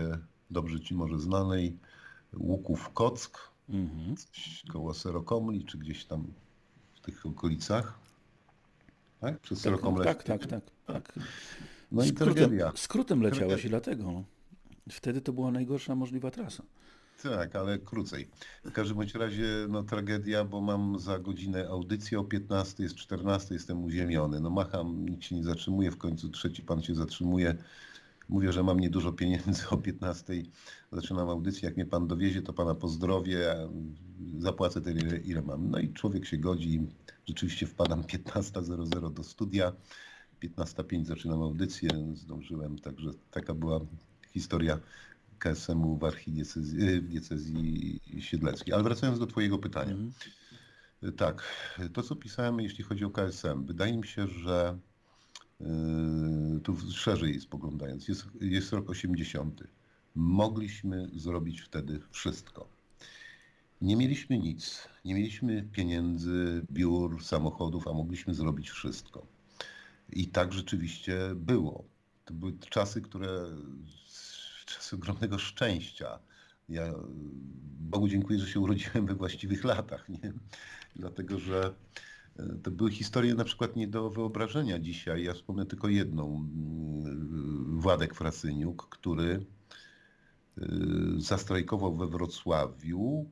dobrze ci może znanej, Łuków Kock, Mhm. coś koło Serokomli, czy gdzieś tam w tych okolicach. Tak? Przez Tak, Serokomlę. tak, tak, tak, tak. No i Skrótem, tragedia. skrótem leciałeś Tragedia. i dlatego. Wtedy to była najgorsza możliwa trasa. Tak, ale krócej. W każdym bądź razie no, tragedia, bo mam za godzinę audycję o piętnastej, jest czternasta, jestem uziemiony. No macham, nikt się nie zatrzymuje, w końcu trzeci pan się zatrzymuje. Mówię, że mam niedużo pieniędzy, o piętnastej zaczynam audycję, jak mnie pan dowiezie, to pana pozdrowię, a zapłacę tyle, ile, ile mam. No i człowiek się godzi, rzeczywiście wpadam piętnasta zero zero do studia, piętnasta pięć zaczynam audycję, zdążyłem, także taka była historia K S M-u w archidiecezji w diecezji siedleckiej. Ale wracając do twojego pytania. Mhm. Tak, to co pisałem, jeśli chodzi o K S M, wydaje mi się, że yy, tu szerzej spoglądając, jest, jest rok osiemdziesiąty. Mogliśmy zrobić wtedy wszystko. Nie mieliśmy nic, nie mieliśmy pieniędzy, biur, samochodów, a mogliśmy zrobić wszystko. I tak rzeczywiście było. To były czasy, które, czasy ogromnego szczęścia. Ja Bogu dziękuję, że się urodziłem we właściwych latach, nie? Dlatego, że to były historie na przykład nie do wyobrażenia dzisiaj. Ja wspomnę tylko jedną. Władek Frasyniuk, który zastrajkował we Wrocławiu,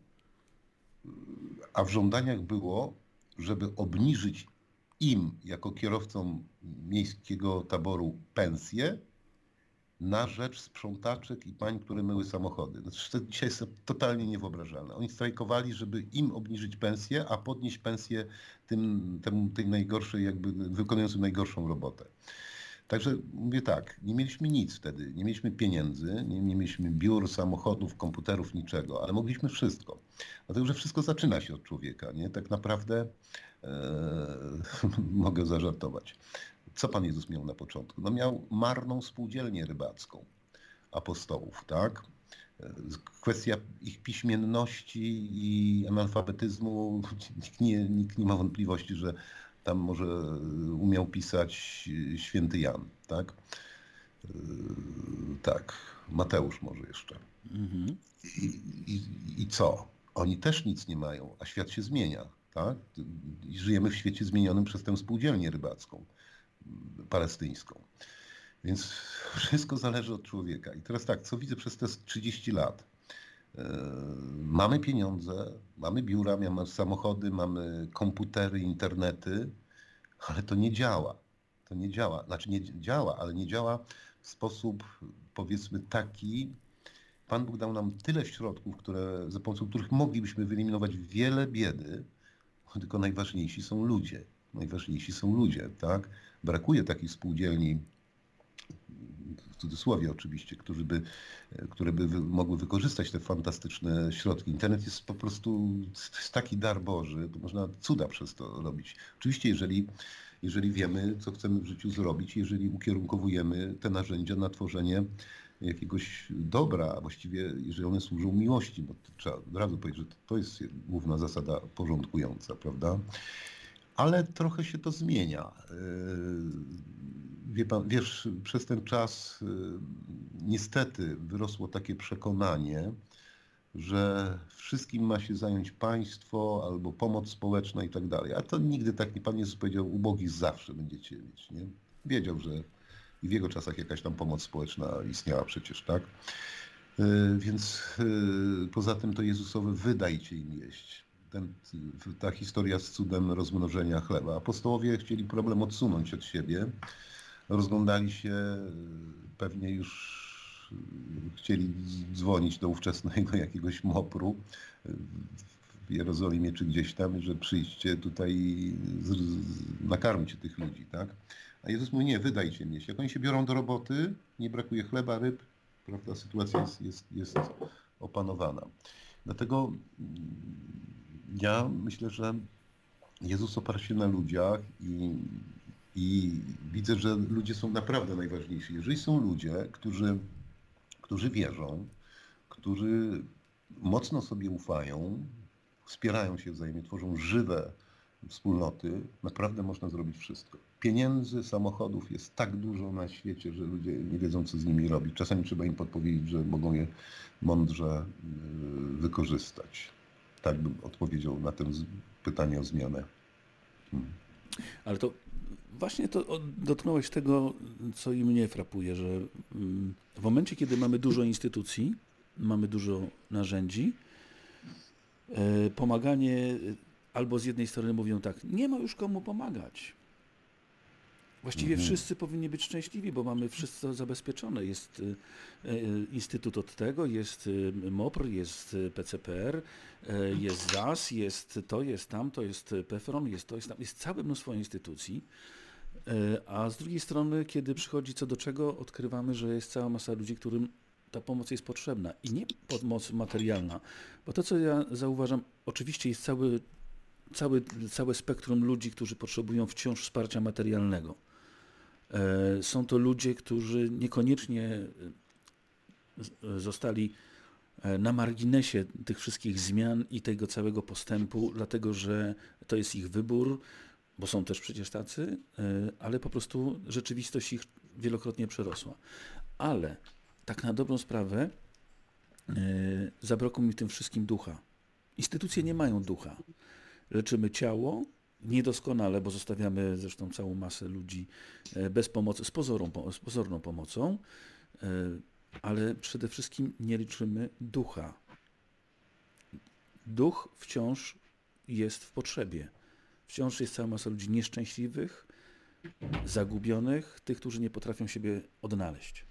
a w żądaniach było, żeby obniżyć im, jako kierowcom miejskiego taboru, pensję na rzecz sprzątaczek i pań, które myły samochody. Znaczy, to dzisiaj jest totalnie niewyobrażalne. Oni strajkowali, żeby im obniżyć pensję, a podnieść pensję tym, temu, tej najgorszej, jakby wykonującym najgorszą robotę. Także mówię tak, nie mieliśmy nic wtedy, nie mieliśmy pieniędzy, nie, nie mieliśmy biur, samochodów, komputerów, niczego, ale mogliśmy wszystko. Dlatego, że wszystko zaczyna się od człowieka, nie? Tak naprawdę e, mogę zażartować. Co Pan Jezus miał na początku? No miał marną spółdzielnię rybacką apostołów, tak? Kwestia ich piśmienności i analfabetyzmu, nikt nie, nikt nie ma wątpliwości, że tam może umiał pisać święty Jan, tak? Yy, tak, Mateusz może jeszcze. Mhm. I, i, I co? Oni też nic nie mają, a świat się zmienia, tak? I żyjemy w świecie zmienionym przez tę spółdzielnię rybacką, palestyńską. Więc wszystko zależy od człowieka. I teraz tak, co widzę przez te trzydzieści lat? Yy, mamy pieniądze, mamy biura, mamy samochody, mamy komputery, internety, ale to nie działa. To nie działa. Znaczy nie działa, ale nie działa w sposób, powiedzmy, taki. Pan Bóg dał nam tyle środków, które, za pomocą których moglibyśmy wyeliminować wiele biedy, tylko najważniejsi są ludzie. Najważniejsi są ludzie, tak? Brakuje takich spółdzielni, w cudzysłowie oczywiście, którzy by, które by wy, mogły wykorzystać te fantastyczne środki. Internet jest po prostu, to jest taki dar Boży, to można cuda przez to robić. Oczywiście, jeżeli, jeżeli wiemy, co chcemy w życiu zrobić, jeżeli ukierunkowujemy te narzędzia na tworzenie jakiegoś dobra, a właściwie jeżeli one służą miłości, bo to trzeba od razu powiedzieć, że to jest główna zasada porządkująca, prawda? Ale trochę się to zmienia. Wie pan, wiesz, przez ten czas niestety wyrosło takie przekonanie, że wszystkim ma się zająć państwo albo pomoc społeczna i tak dalej. A to nigdy tak nie, Pan Jezus powiedział, ubogich zawsze będziecie mieć, nie? Wiedział, że i w jego czasach jakaś tam pomoc społeczna istniała przecież, tak? Więc poza tym to Jezusowe wydajcie im jeść. Ten, ta historia z cudem rozmnożenia chleba. Apostołowie chcieli problem odsunąć od siebie. Rozglądali się, pewnie już chcieli dzwonić do ówczesnego jakiegoś mopru w Jerozolimie czy gdzieś tam, że przyjdźcie tutaj i nakarmcie tych ludzi, tak? A Jezus mówi, nie, wydajcie mnie się. Jak oni się biorą do roboty, nie brakuje chleba, ryb, prawda, sytuacja jest, jest, jest opanowana. Dlatego ja myślę, że Jezus oparł się na ludziach i, i widzę, że ludzie są naprawdę najważniejsi. Jeżeli są ludzie, którzy, którzy wierzą, którzy mocno sobie ufają, wspierają się wzajemnie, tworzą żywe wspólnoty, naprawdę można zrobić wszystko. Pieniędzy, samochodów jest tak dużo na świecie, że ludzie nie wiedzą, co z nimi robić. Czasami trzeba im podpowiedzieć, że mogą je mądrze y, wykorzystać. Tak bym odpowiedział na to z- pytanie o zmianę. Hmm. Ale to właśnie to od- dotknąłeś tego, co i mnie frapuje, że mm, w momencie, kiedy mamy dużo instytucji, mamy dużo narzędzi, e, pomaganie e, albo z jednej strony mówią tak, nie ma już komu pomagać. Właściwie Mhm. wszyscy powinni być szczęśliwi, bo mamy wszystko zabezpieczone. Jest e, e, Instytut od tego, jest e, MOPR, jest e, P C P R, e, jest Z A S, jest to, jest tamto, jest PEFRON, jest to, jest tam, jest całe mnóstwo instytucji. E, A z drugiej strony, kiedy przychodzi co do czego, odkrywamy, że jest cała masa ludzi, którym ta pomoc jest potrzebna. I nie pomoc materialna, bo to, co ja zauważam, oczywiście jest cały, cały, całe spektrum ludzi, którzy potrzebują wciąż wsparcia materialnego. E, Są to ludzie, którzy niekoniecznie e, z- zostali e, na marginesie tych wszystkich zmian i tego całego postępu, dlatego że to jest ich wybór, bo są też przecież tacy, e, ale po prostu rzeczywistość ich wielokrotnie przerosła. Ale tak na dobrą sprawę e, zabrakło mi w tym wszystkim ducha. Instytucje nie mają ducha. Leczymy ciało, niedoskonale, bo zostawiamy zresztą całą masę ludzi e, bez pomocy, z, pozorą, po- z pozorną pomocą, e, ale przede wszystkim nie liczymy ducha. Duch wciąż jest w potrzebie. Wciąż jest cała masa ludzi nieszczęśliwych, zagubionych, tych, którzy nie potrafią siebie odnaleźć.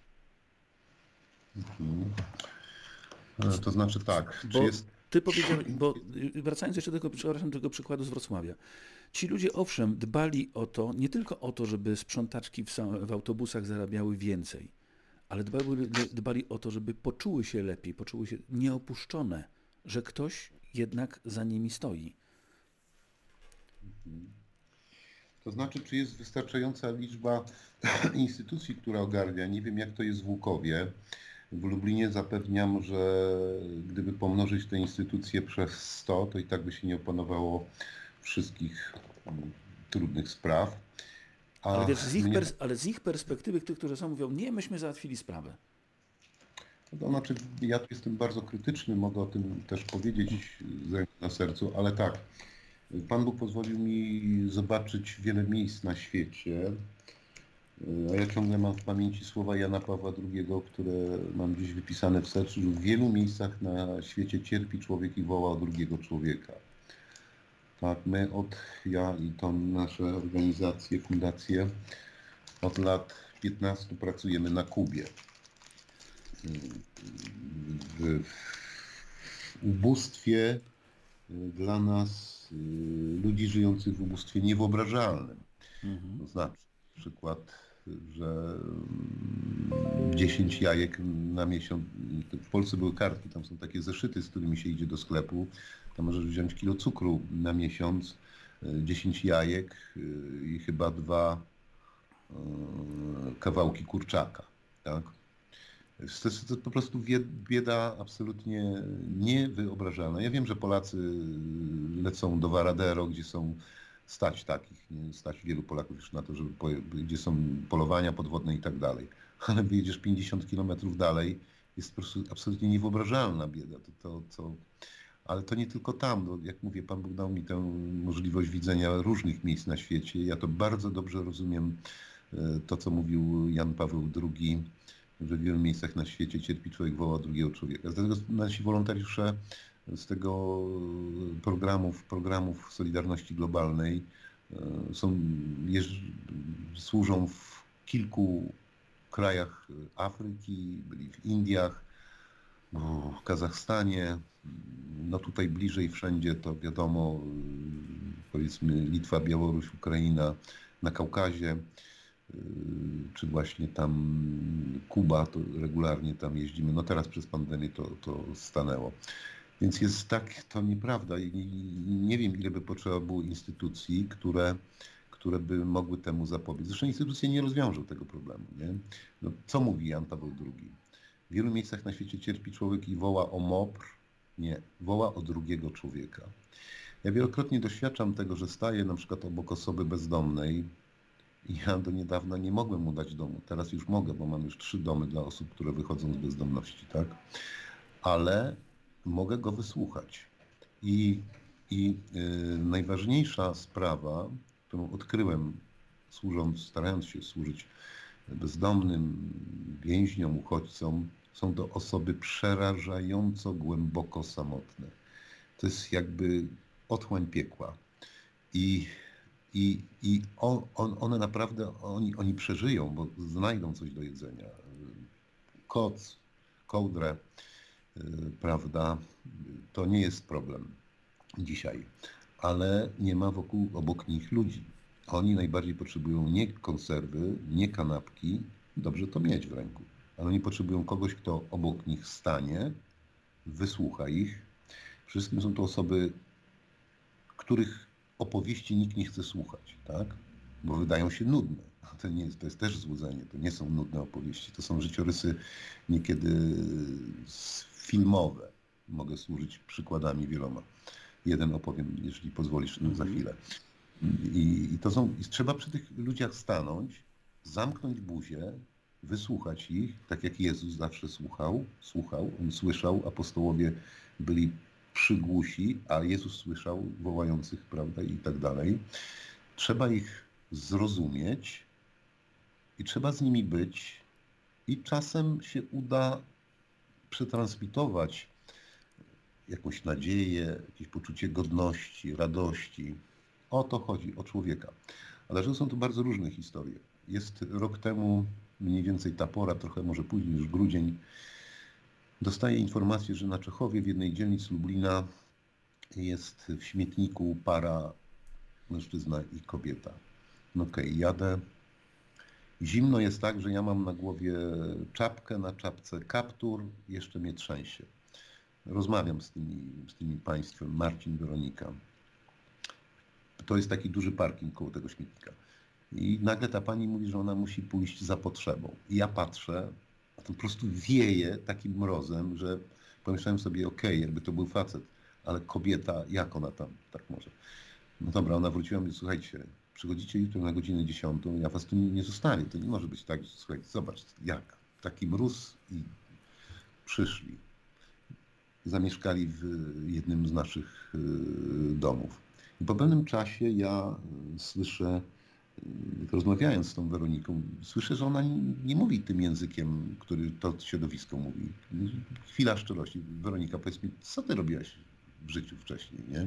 E, To znaczy tak, czy Bo jest... ty powiedziałeś, bo y, wracając jeszcze do tego, przepraszam, do tego przykładu z Wrocławia. Ci ludzie owszem dbali o to, nie tylko o to, żeby sprzątaczki w, sam- w autobusach zarabiały więcej, ale dbali, dbali o to, żeby poczuły się lepiej, poczuły się nieopuszczone, że ktoś jednak za nimi stoi. To znaczy, czy jest wystarczająca liczba instytucji, która ogarnia? Nie wiem, jak to jest w Łukowie. W Lublinie zapewniam, że gdyby pomnożyć te instytucje przez sto, to i tak by się nie opanowało wszystkich mm, trudnych spraw. A Ale wiesz, z ich, mnie- pers- ale z ich perspektywy, tych, którzy są, mówią, nie, myśmy załatwili sprawę. To znaczy, ja tu jestem bardzo krytyczny, mogę o tym też powiedzieć z ręką na sercu, ale tak, Pan Bóg pozwolił mi zobaczyć wiele miejsc na świecie, a ja ciągle mam w pamięci słowa Jana Pawła drugiego, które mam gdzieś wypisane w sercu, że w wielu miejscach na świecie cierpi człowiek i woła o drugiego człowieka. Tak, my od, ja i to nasze organizacje, fundacje, od lat piętnastu pracujemy na Kubie. W, w ubóstwie y, dla nas, y, ludzi żyjących w ubóstwie niewyobrażalnym. To znaczy, przykład, że mm, dziesięć jajek na miesiąc, w Polsce były kartki, tam są takie zeszyty, z którymi się idzie do sklepu, tam możesz wziąć kilo cukru na miesiąc, y, dziesięć jajek y, i chyba dwa y, kawałki kurczaka, tak? To jest to po prostu wie- bieda absolutnie niewyobrażalna. Ja wiem, że Polacy lecą do Varadero, gdzie są stać takich, nie? Stać wielu Polaków już na to, żeby poje- gdzie są polowania podwodne i tak dalej. Ale wyjedziesz pięćdziesiąt kilometrów dalej, jest po prostu absolutnie niewyobrażalna bieda. To, to, to, ale to nie tylko tam. No, jak mówię, Pan Bóg dał mi tę możliwość widzenia różnych miejsc na świecie. Ja to bardzo dobrze rozumiem, e, to co mówił Jan Paweł drugi, że w wielu miejscach na świecie cierpi człowiek, woła drugiego człowieka. Dlatego nasi wolontariusze z tego programów, programów Solidarności Globalnej e, są, jeż, służą w kilku krajach Afryki, byli w Indiach, w Kazachstanie, no tutaj bliżej wszędzie to wiadomo, powiedzmy Litwa, Białoruś, Ukraina, na Kaukazie, czy właśnie tam Kuba, to regularnie tam jeździmy. No teraz przez pandemię to, to stanęło. Więc jest tak, to nieprawda. I nie wiem, ile by potrzeba było instytucji, które, które by mogły temu zapobiec. Zresztą instytucje nie rozwiążą tego problemu. Nie? No, co mówi Jan Paweł drugi? W wielu miejscach na świecie cierpi człowiek i woła o MOPR. Nie, woła o drugiego człowieka. Ja wielokrotnie doświadczam tego, że staję na przykład obok osoby bezdomnej i ja do niedawna nie mogłem mu dać domu. Teraz już mogę, bo mam już trzy domy dla osób, które wychodzą z bezdomności, tak? Ale mogę go wysłuchać. I, i yy, najważniejsza sprawa, którą odkryłem, służąc, starając się służyć bezdomnym, więźniom, uchodźcom, są to osoby przerażająco głęboko samotne. To jest jakby otchłań piekła. I, i, i on, on, one naprawdę, oni, oni przeżyją, bo znajdą coś do jedzenia. Koc, kołdrę, yy, prawda, to nie jest problem dzisiaj. Ale nie ma wokół, obok nich ludzi. Oni najbardziej potrzebują nie konserwy, nie kanapki, dobrze to mieć w ręku, ale oni potrzebują kogoś, kto obok nich stanie, wysłucha ich. Wszystkim są to osoby, których opowieści nikt nie chce słuchać, tak? Bo wydają się nudne. To, nie jest, to jest też złudzenie, to nie są nudne opowieści, to są życiorysy niekiedy filmowe. Mogę służyć przykładami wieloma. Jeden opowiem, jeśli pozwolisz, za chwilę. I, i to są, i trzeba przy tych ludziach stanąć, zamknąć buzię, wysłuchać ich, tak jak Jezus zawsze słuchał, słuchał, on słyszał, apostołowie byli przygłusi, a Jezus słyszał wołających, prawda, i tak dalej. Trzeba ich zrozumieć i trzeba z nimi być i czasem się uda przetransmitować jakąś nadzieję, jakieś poczucie godności, radości. O to chodzi, o człowieka. A dlaczego są to bardzo różne historie? Jest rok temu, mniej więcej ta pora, trochę może później, już grudzień, dostaję informację, że na Czechowie w jednej dzielnicy Lublina jest w śmietniku para, mężczyzna i kobieta. No okej, okay, jadę. Zimno jest tak, że ja mam na głowie czapkę, na czapce kaptur, jeszcze mnie trzęsie. Rozmawiam z tymi, z tymi państwem, Marcin, Weronika. To jest taki duży parking koło tego śmietnika. I nagle ta pani mówi, że ona musi pójść za potrzebą. I ja patrzę, a to po prostu wieje takim mrozem, że pomyślałem sobie, okej, okay, jakby to był facet, ale kobieta, jak ona tam tak może? No dobra, ona wróciła i mówi, słuchajcie, przychodzicie jutro na godzinę dziesiątą, ja was tu nie zostawię, to nie może być tak, że słuchajcie, zobacz, jak, taki mróz i przyszli. Zamieszkali w jednym z naszych domów. I po pewnym czasie ja słyszę, rozmawiając z tą Weroniką, słyszę, że ona nie, nie mówi tym językiem, który to środowisko mówi. Chwila szczerości. Weronika, powiedz mi, co ty robiłaś w życiu wcześniej, nie?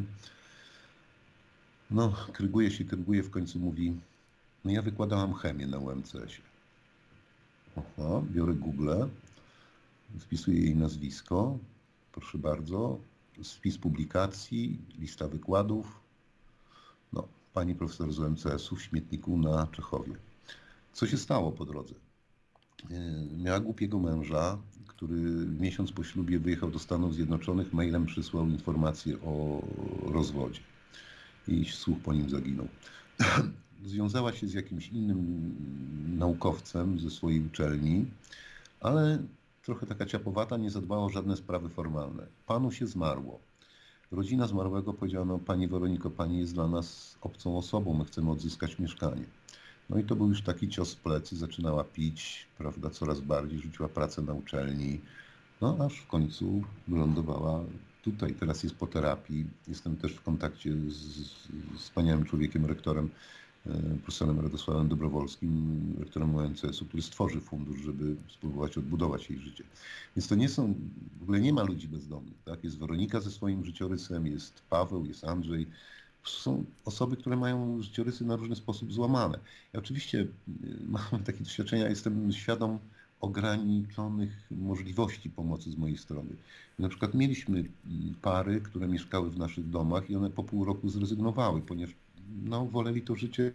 No, kryguje się, kryguje, w końcu mówi, no ja wykładałam chemię na U M C S-ie. Aha, biorę Google, wpisuję jej nazwisko, proszę bardzo, spis publikacji, lista wykładów. No, pani profesor z U M C S-u w śmietniku na Czechowie. Co się stało po drodze? Miała głupiego męża, który miesiąc po ślubie wyjechał do Stanów Zjednoczonych, mailem przysłał informację o rozwodzie. I słuch po nim zaginął. Związała się z jakimś innym naukowcem ze swojej uczelni, ale trochę taka ciapowata, nie zadbała o żadne sprawy formalne. Panu się zmarło. Rodzina zmarłego powiedziała, no pani Weroniko, pani jest dla nas obcą osobą, my chcemy odzyskać mieszkanie. No i to był już taki cios w plecy, zaczynała pić, prawda, coraz bardziej, rzuciła pracę na uczelni, no aż w końcu wylądowała tutaj. Teraz jest po terapii, jestem też w kontakcie z, z wspaniałym człowiekiem, rektorem, profesorem Radosławem Dobrowolskim, rektorem U M C S-u, który stworzy fundusz, żeby spróbować odbudować jej życie. Więc to nie są, w ogóle nie ma ludzi bezdomnych, tak? Jest Weronika ze swoim życiorysem, jest Paweł, jest Andrzej. Są osoby, które mają życiorysy na różny sposób złamane. Ja oczywiście mam takie doświadczenia, jestem świadom ograniczonych możliwości pomocy z mojej strony. Na przykład mieliśmy pary, które mieszkały w naszych domach i one po pół roku zrezygnowały, ponieważ no, woleli to życie,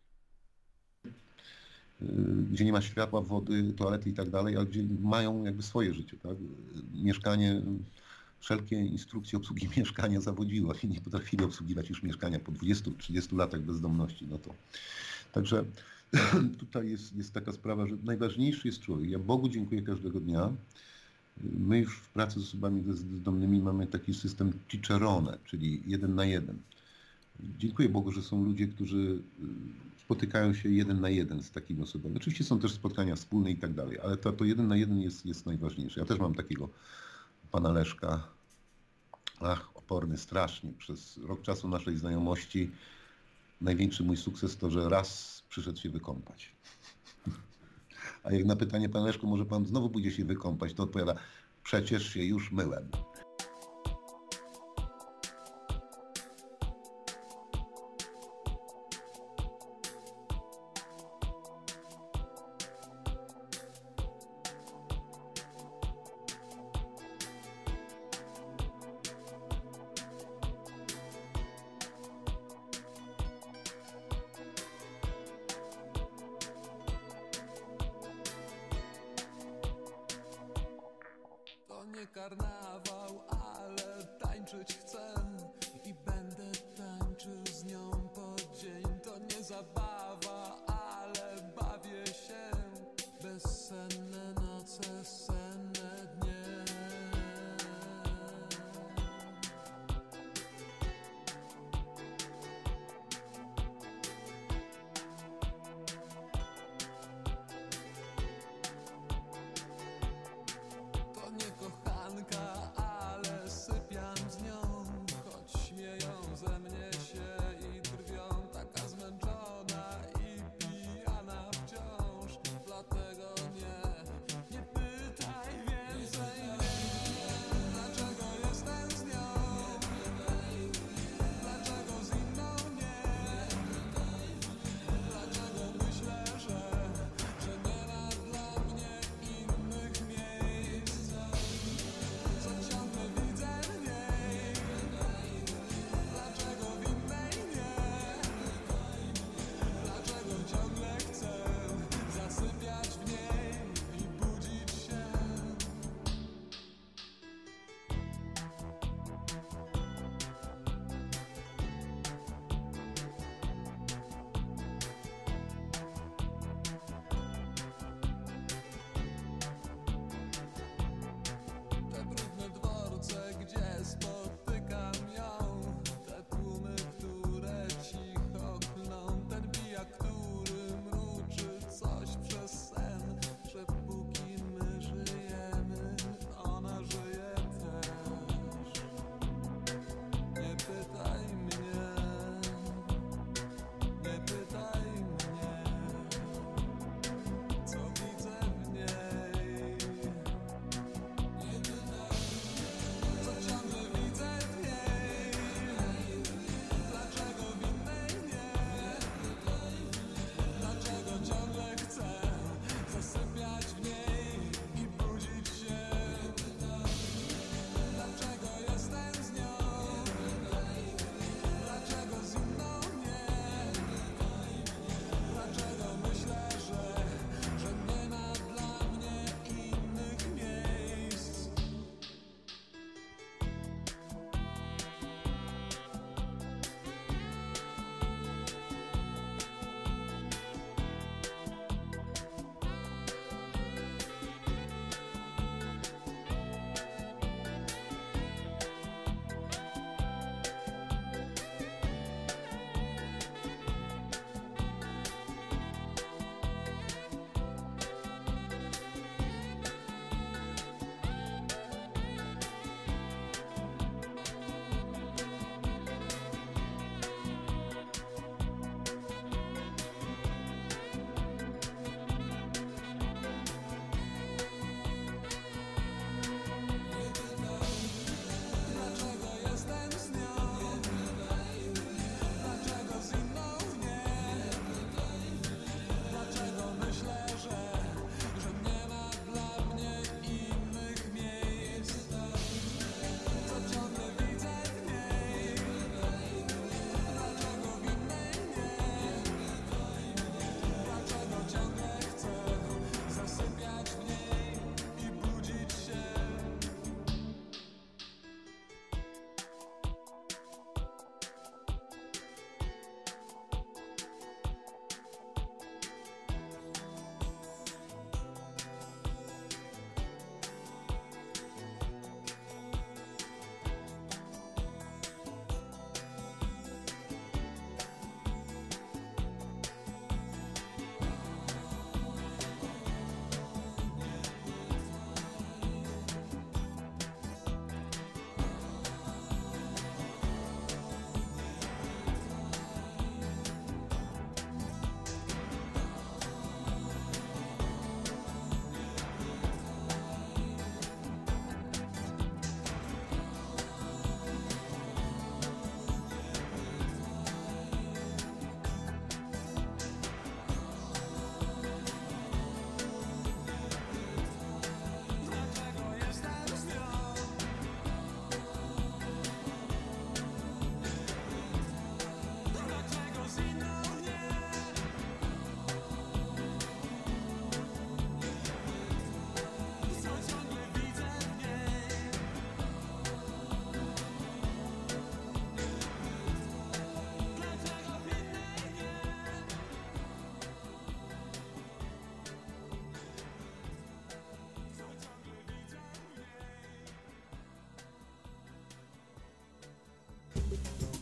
gdzie nie ma światła, wody, toalety i tak dalej, a gdzie mają jakby swoje życie, tak? Mieszkanie, wszelkie instrukcje obsługi mieszkania zawodziły i nie potrafili obsługiwać już mieszkania po dwudziestu trzydziestu latach bezdomności. No to. Także tutaj jest, jest taka sprawa, że najważniejszy jest człowiek. Ja Bogu dziękuję każdego dnia, My już w pracy z osobami bezdomnymi mamy taki system teacherone, czyli jeden na jeden. Dziękuję Bogu, że są ludzie, którzy y, spotykają się jeden na jeden z takimi osobami. Oczywiście są też spotkania wspólne i tak dalej, ale to, to jeden na jeden jest, jest najważniejsze. Ja też mam takiego pana Leszka, ach, oporny strasznie. Przez rok czasu naszej znajomości największy mój sukces to, że raz przyszedł się wykąpać. A jak na pytanie, pan Leszku, może pan znowu pójdzie się wykąpać, to odpowiada, przecież się już myłem. To nie karnawał, ale tańczyć chcę i będę tańczył z nią po dzień. To nie zabawa, ale bawię się. Bezsenne noce, senne dnie. To nie kochanka, ale sypiam z nią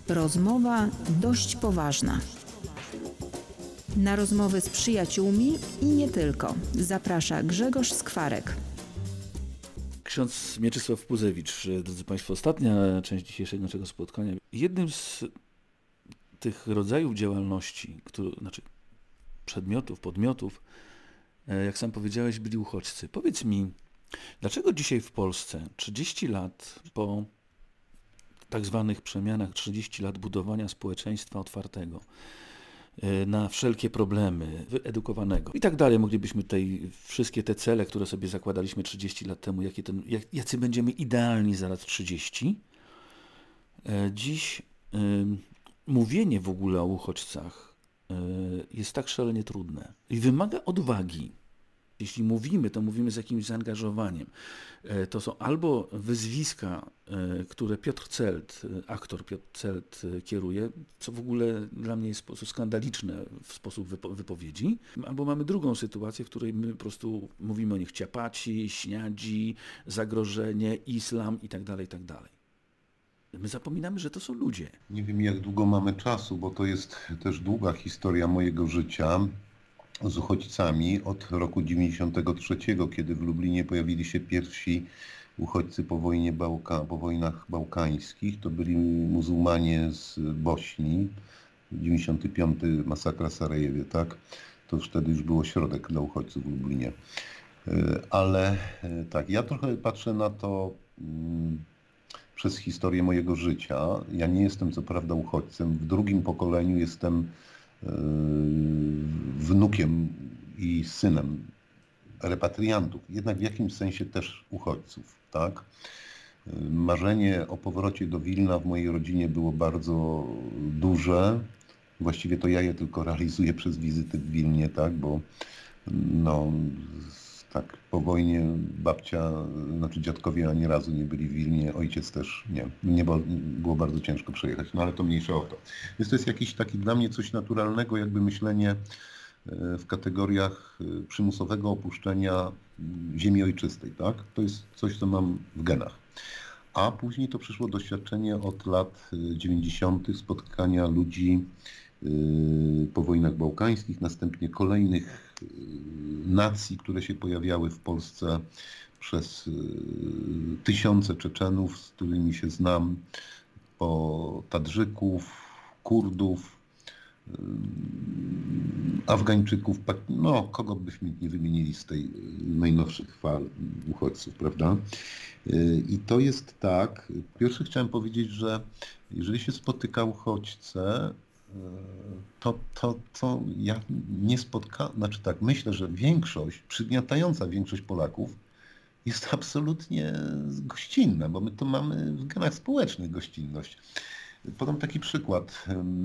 Rozmowa dość poważna. Na rozmowy z przyjaciółmi i nie tylko. Zaprasza Grzegorz Skwarek. Ksiądz Mieczysław Puzewicz, drodzy Państwo, ostatnia część dzisiejszego naszego spotkania. Jednym z tych rodzajów działalności, które, znaczy przedmiotów, podmiotów, jak sam powiedziałeś, byli uchodźcy. Powiedz mi, dlaczego dzisiaj w Polsce, trzydzieści lat po tak zwanych przemianach, trzydzieści lat budowania społeczeństwa otwartego, na wszelkie problemy, wyedukowanego i tak dalej. Moglibyśmy tutaj wszystkie te cele, które sobie zakładaliśmy trzydzieści lat temu, jakie ten, jak, jacy będziemy idealni za lat trzydzieści. Dziś y, mówienie w ogóle o uchodźcach y, jest tak szalenie trudne i wymaga odwagi. Jeśli mówimy, to mówimy z jakimś zaangażowaniem. To są albo wyzwiska, które Piotr Celt, aktor Piotr Celt kieruje, co w ogóle dla mnie jest w sposób skandaliczne w sposób wypo- wypowiedzi, albo mamy drugą sytuację, w której my po prostu mówimy o nich ciapaci, śniadzi, zagrożenie, islam i tak dalej, i tak dalej. My zapominamy, że to są ludzie. Nie wiem, jak długo mamy czasu, bo to jest też długa historia mojego życia z uchodźcami od roku dziewięćdziesiątego trzeciego, kiedy w Lublinie pojawili się pierwsi uchodźcy po wojnie Bałka, po wojnach bałkańskich. To byli muzułmanie z Bośni. dziewięćdziesiąty piąty masakra w Sarajewie, tak? To już wtedy już był ośrodek dla uchodźców w Lublinie. Ale tak, ja trochę patrzę na to mm, przez historię mojego życia. Ja nie jestem co prawda uchodźcem. W drugim pokoleniu jestem wnukiem i synem repatriantów, jednak w jakimś sensie też uchodźców, tak? Marzenie o powrocie do Wilna w mojej rodzinie było bardzo duże. Właściwie to ja je tylko realizuję przez wizyty w Wilnie, tak? Bo no, tak po wojnie babcia, znaczy dziadkowie ani razu nie byli w Wilnie, ojciec też nie. Mnie było bardzo ciężko przejechać, no ale to mniejsza o to. Więc to jest jakiś taki dla mnie coś naturalnego, jakby myślenie w kategoriach przymusowego opuszczenia ziemi ojczystej, tak? To jest coś, co mam w genach. A później to przyszło doświadczenie od lat dziewięćdziesiątych spotkania ludzi po wojnach bałkańskich, następnie kolejnych nacji, które się pojawiały w Polsce przez tysiące Czeczenów, z którymi się znam, po Tadżyków, Kurdów, Afgańczyków, no kogo byśmy nie wymienili z tej najnowszych fal uchodźców, prawda? I to jest tak, pierwsze chciałem powiedzieć, że jeżeli się spotyka uchodźcę, to, to, to ja nie spotkałem, znaczy tak, myślę, że większość, przygniatająca większość Polaków jest absolutnie gościnna, bo my to mamy w genach społecznych gościnność. Podam taki przykład.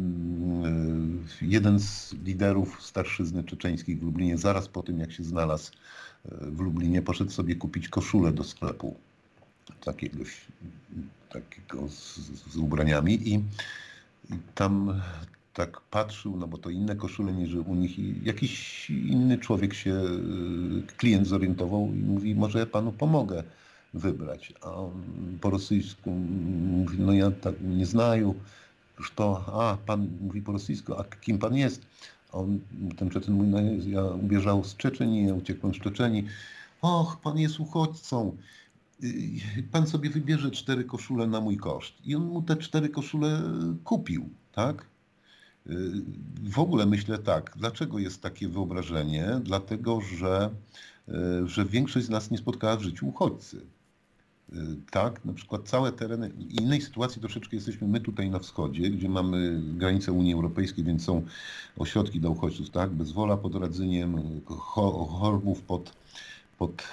Jeden z liderów starszyzny czeczeńskich w Lublinie, zaraz po tym jak się znalazł w Lublinie, poszedł sobie kupić koszulę do sklepu takiegoś, takiego z, z ubraniami i, i tam tak patrzył, no bo to inne koszule niż u nich i jakiś inny człowiek się, klient zorientował i mówi, może ja panu pomogę wybrać. A on po rosyjsku mówi, no ja tak nie znаю, już to, a pan mówi po rosyjsku, a kim pan jest? A on, ten Czeczyn mówi, no ja ubieżał z Czeczenii, ja uciekłem z Czeczenii. Och, pan jest uchodźcą. Pan sobie wybierze cztery koszule na mój koszt. I on mu te cztery koszule kupił, tak? W ogóle myślę tak, dlaczego jest takie wyobrażenie? Dlatego, że, że większość z nas nie spotkała w życiu uchodźcy. Tak, na przykład całe tereny, w innej sytuacji troszeczkę jesteśmy my tutaj na wschodzie, gdzie mamy granicę Unii Europejskiej, więc są ośrodki dla uchodźców, tak? Bezwola pod Radzyniem, Chorbów pod... pod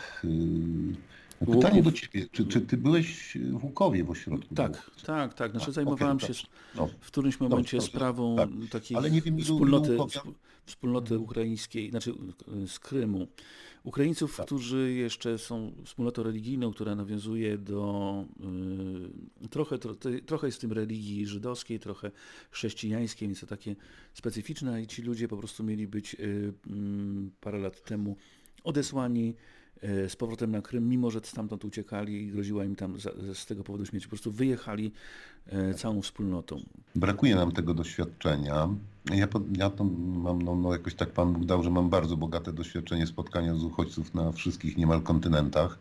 Pytanie do Ciebie, czy, czy Ty byłeś w Łukowie w ośrodku? Tak, tak, tak. Znaczy A, zajmowałem okay, się no. w którymś momencie dobrze, sprawą tak. takiej Ale nie wiem, ilu- wspólnoty, ilu wsp- wspólnoty ukraińskiej, znaczy z Krymu. Ukraińców, Tak. którzy jeszcze są wspólnotą religijną, która nawiązuje do y, trochę, tro, trochę jest w tym religii żydowskiej, trochę chrześcijańskiej, więc to takie specyficzne i ci ludzie po prostu mieli być y, y, parę lat temu odesłani e, z powrotem na Krym, mimo że stamtąd uciekali i groziła im tam za, z tego powodu śmierć. Po prostu wyjechali e, całą wspólnotą. Brakuje nam tego doświadczenia. Ja, po- ja to mam, no, no jakoś tak Pan Bóg dał, że mam bardzo bogate doświadczenie spotkania z uchodźców na wszystkich niemal kontynentach.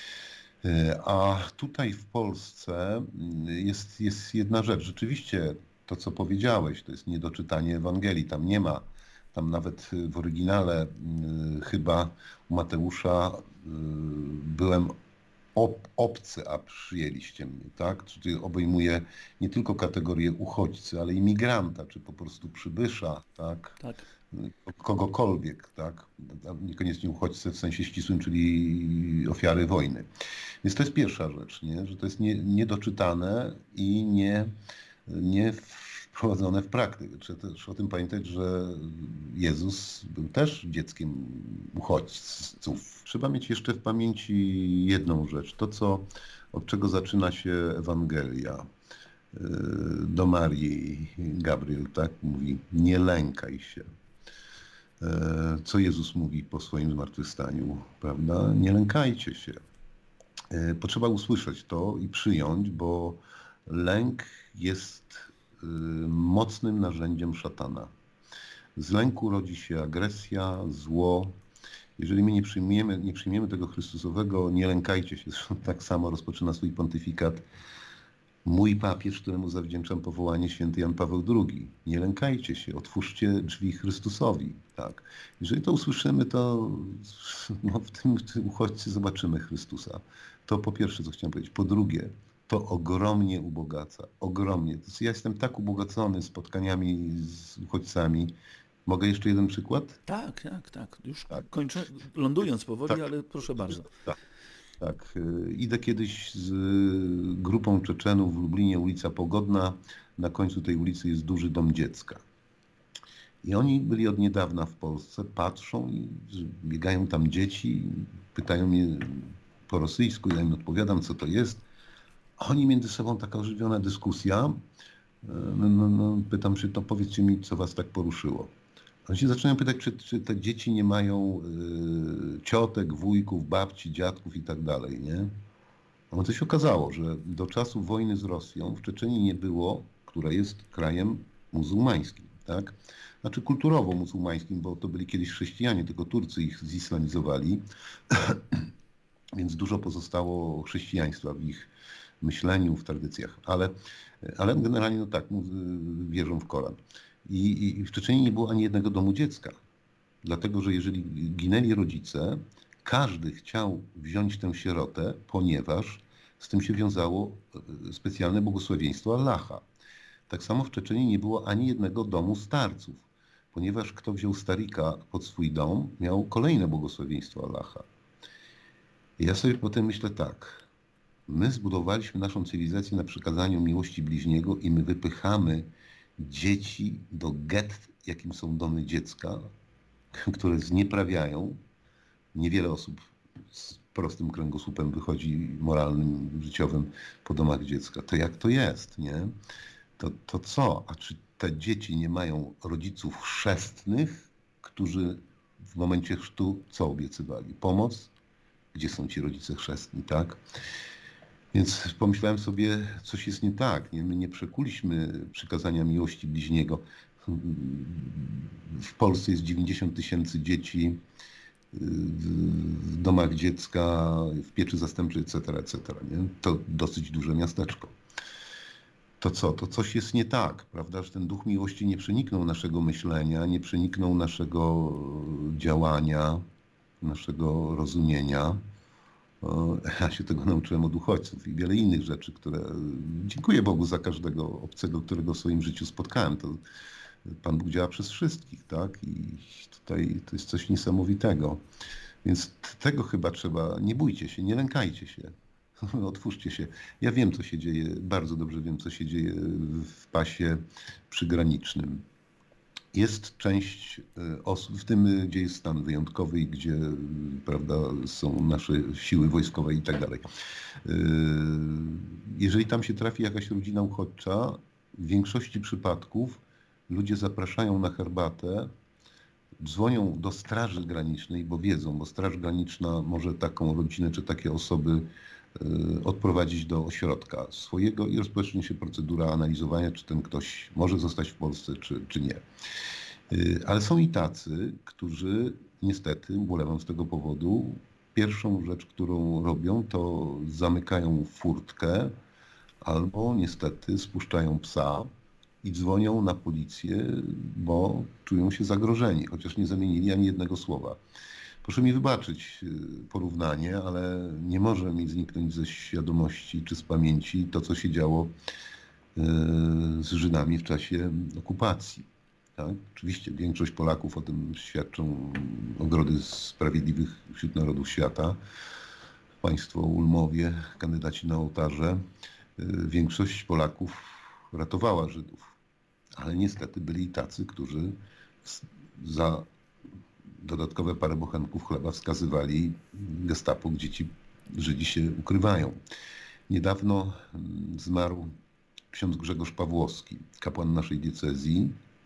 Y, A tutaj w Polsce y, jest, jest jedna rzecz. Rzeczywiście to, co powiedziałeś, to jest niedoczytanie Ewangelii. Tam nie ma, tam nawet y, w oryginale y, chyba u Mateusza y, byłem ob, obcy, a przyjęliście mnie, tak? Czyli obejmuje nie tylko kategorię uchodźcy, ale i migranta, czy po prostu przybysza, tak? Tak. Kogokolwiek, tak? A niekoniecznie uchodźcę w sensie ścisłym, czyli ofiary wojny. Więc to jest pierwsza rzecz, nie? Że to jest nie, niedoczytane i nie, nie wprowadzone w praktykę. Trzeba też o tym pamiętać, że Jezus był też dzieckiem uchodźców. Trzeba mieć jeszcze w pamięci jedną rzecz. To, co, od czego zaczyna się Ewangelia. Yy, Do Marii Gabriel tak mówi, nie lękaj się. Yy, Co Jezus mówi po swoim zmartwychwstaniu, prawda? Nie lękajcie się. Yy, Potrzeba usłyszeć to i przyjąć, bo lęk jest yy, mocnym narzędziem szatana. Z lęku rodzi się agresja, zło. Jeżeli my nie przyjmiemy, nie przyjmiemy tego Chrystusowego, nie lękajcie się, zresztą tak samo rozpoczyna swój pontyfikat mój papież, któremu zawdzięczam powołanie, święty Jan Paweł drugi. Nie lękajcie się, otwórzcie drzwi Chrystusowi. Tak. Jeżeli to usłyszymy, to no, w tym, w tym uchodźcy zobaczymy Chrystusa. To po pierwsze, co chciałem powiedzieć. Po drugie, to ogromnie ubogaca. Ogromnie. To jest, ja jestem tak ubogacony spotkaniami z uchodźcami. Mogę jeszcze jeden przykład? Tak, tak, tak. Już Tak. kończę, lądując powoli, Tak. ale proszę bardzo. Tak. Tak. y, Idę kiedyś z y, grupą Czeczenów w Lublinie, ulica Pogodna. Na końcu tej ulicy jest duży dom dziecka. I oni byli od niedawna w Polsce, patrzą i z- biegają tam dzieci, pytają mnie po rosyjsku, ja im odpowiadam, co to jest. A oni między sobą taka ożywiona dyskusja. Y, No, no, no, pytam się, to powiedzcie mi, co was tak poruszyło. Oni się zaczynają pytać, czy, czy te dzieci nie mają y, ciotek, wujków, babci, dziadków i tak dalej, nie? No to się okazało, że do czasu wojny z Rosją w Czeczenii nie było, która jest krajem muzułmańskim, tak? Znaczy kulturowo muzułmańskim, bo to byli kiedyś chrześcijanie, tylko Turcy ich zislamizowali, więc dużo pozostało chrześcijaństwa w ich myśleniu, w tradycjach, ale, ale generalnie no tak, mu- wierzą w Koran. I, I w Czeczenii nie było ani jednego domu dziecka. Dlatego, że jeżeli ginęli rodzice, każdy chciał wziąć tę sierotę, ponieważ z tym się wiązało e, specjalne błogosławieństwo Allaha. Tak samo w Czeczenii nie było ani jednego domu starców, ponieważ kto wziął starika pod swój dom, miał kolejne błogosławieństwo Allaha. I ja sobie potem myślę tak, my zbudowaliśmy naszą cywilizację na przekazaniu miłości bliźniego i my wypychamy dzieci do gett, jakim są domy dziecka, które znieprawiają. Niewiele osób z prostym kręgosłupem wychodzi moralnym, życiowym po domach dziecka. To jak to jest, nie? To, to co? A czy te dzieci nie mają rodziców chrzestnych, którzy w momencie chrztu co obiecywali? Pomoc? Gdzie są ci rodzice chrzestni, tak? Więc pomyślałem sobie, coś jest nie tak. Nie? My nie przekuliśmy przykazania miłości bliźniego. W Polsce jest dziewięćdziesiąt tysięcy dzieci w domach dziecka, w pieczy zastępczej, et cetera, et cetera. Nie? To dosyć duże miasteczko. To co? To coś jest nie tak, prawda? Że ten duch miłości nie przeniknął naszego myślenia, nie przeniknął naszego działania, naszego rozumienia. O, Ja się tego nauczyłem od uchodźców i wiele innych rzeczy, które... Dziękuję Bogu za każdego obcego, którego w swoim życiu spotkałem. To Pan Bóg działa przez wszystkich, tak? I tutaj to jest coś niesamowitego. Więc t- tego chyba trzeba... Nie bójcie się, nie lękajcie się. Otwórzcie się. Ja wiem, co się dzieje, bardzo dobrze wiem, co się dzieje w pasie przygranicznym. Jest część e, osób, w tym e, gdzie jest stan wyjątkowy i gdzie e, prawda, są nasze siły wojskowe i tak dalej. E, Jeżeli tam się trafi jakaś rodzina uchodźcza, w większości przypadków ludzie zapraszają na herbatę dzwonią do Straży Granicznej, bo wiedzą, bo Straż Graniczna może taką rodzinę czy takie osoby y, odprowadzić do ośrodka swojego i rozpocznie się procedura analizowania, czy ten ktoś może zostać w Polsce, czy, czy nie. Y, ale są i tacy, którzy niestety, ubolewam z tego powodu, pierwszą rzecz, którą robią, to zamykają furtkę albo niestety spuszczają psa i dzwonią na policję, bo czują się zagrożeni, chociaż nie zamienili ani jednego słowa. Proszę mi wybaczyć porównanie, ale nie może mi zniknąć ze świadomości czy z pamięci to, co się działo z Żydami w czasie okupacji. Tak? Oczywiście większość Polaków, o tym świadczą ogrody sprawiedliwych wśród narodów świata, państwo Ulmowie, kandydaci na ołtarze, większość Polaków ratowała Żydów. Ale niestety byli i tacy, którzy za dodatkowe parę bochenków chleba wskazywali gestapo, gdzie ci Żydzi się ukrywają. Niedawno zmarł ksiądz Grzegorz Pawłowski, kapłan naszej diecezji.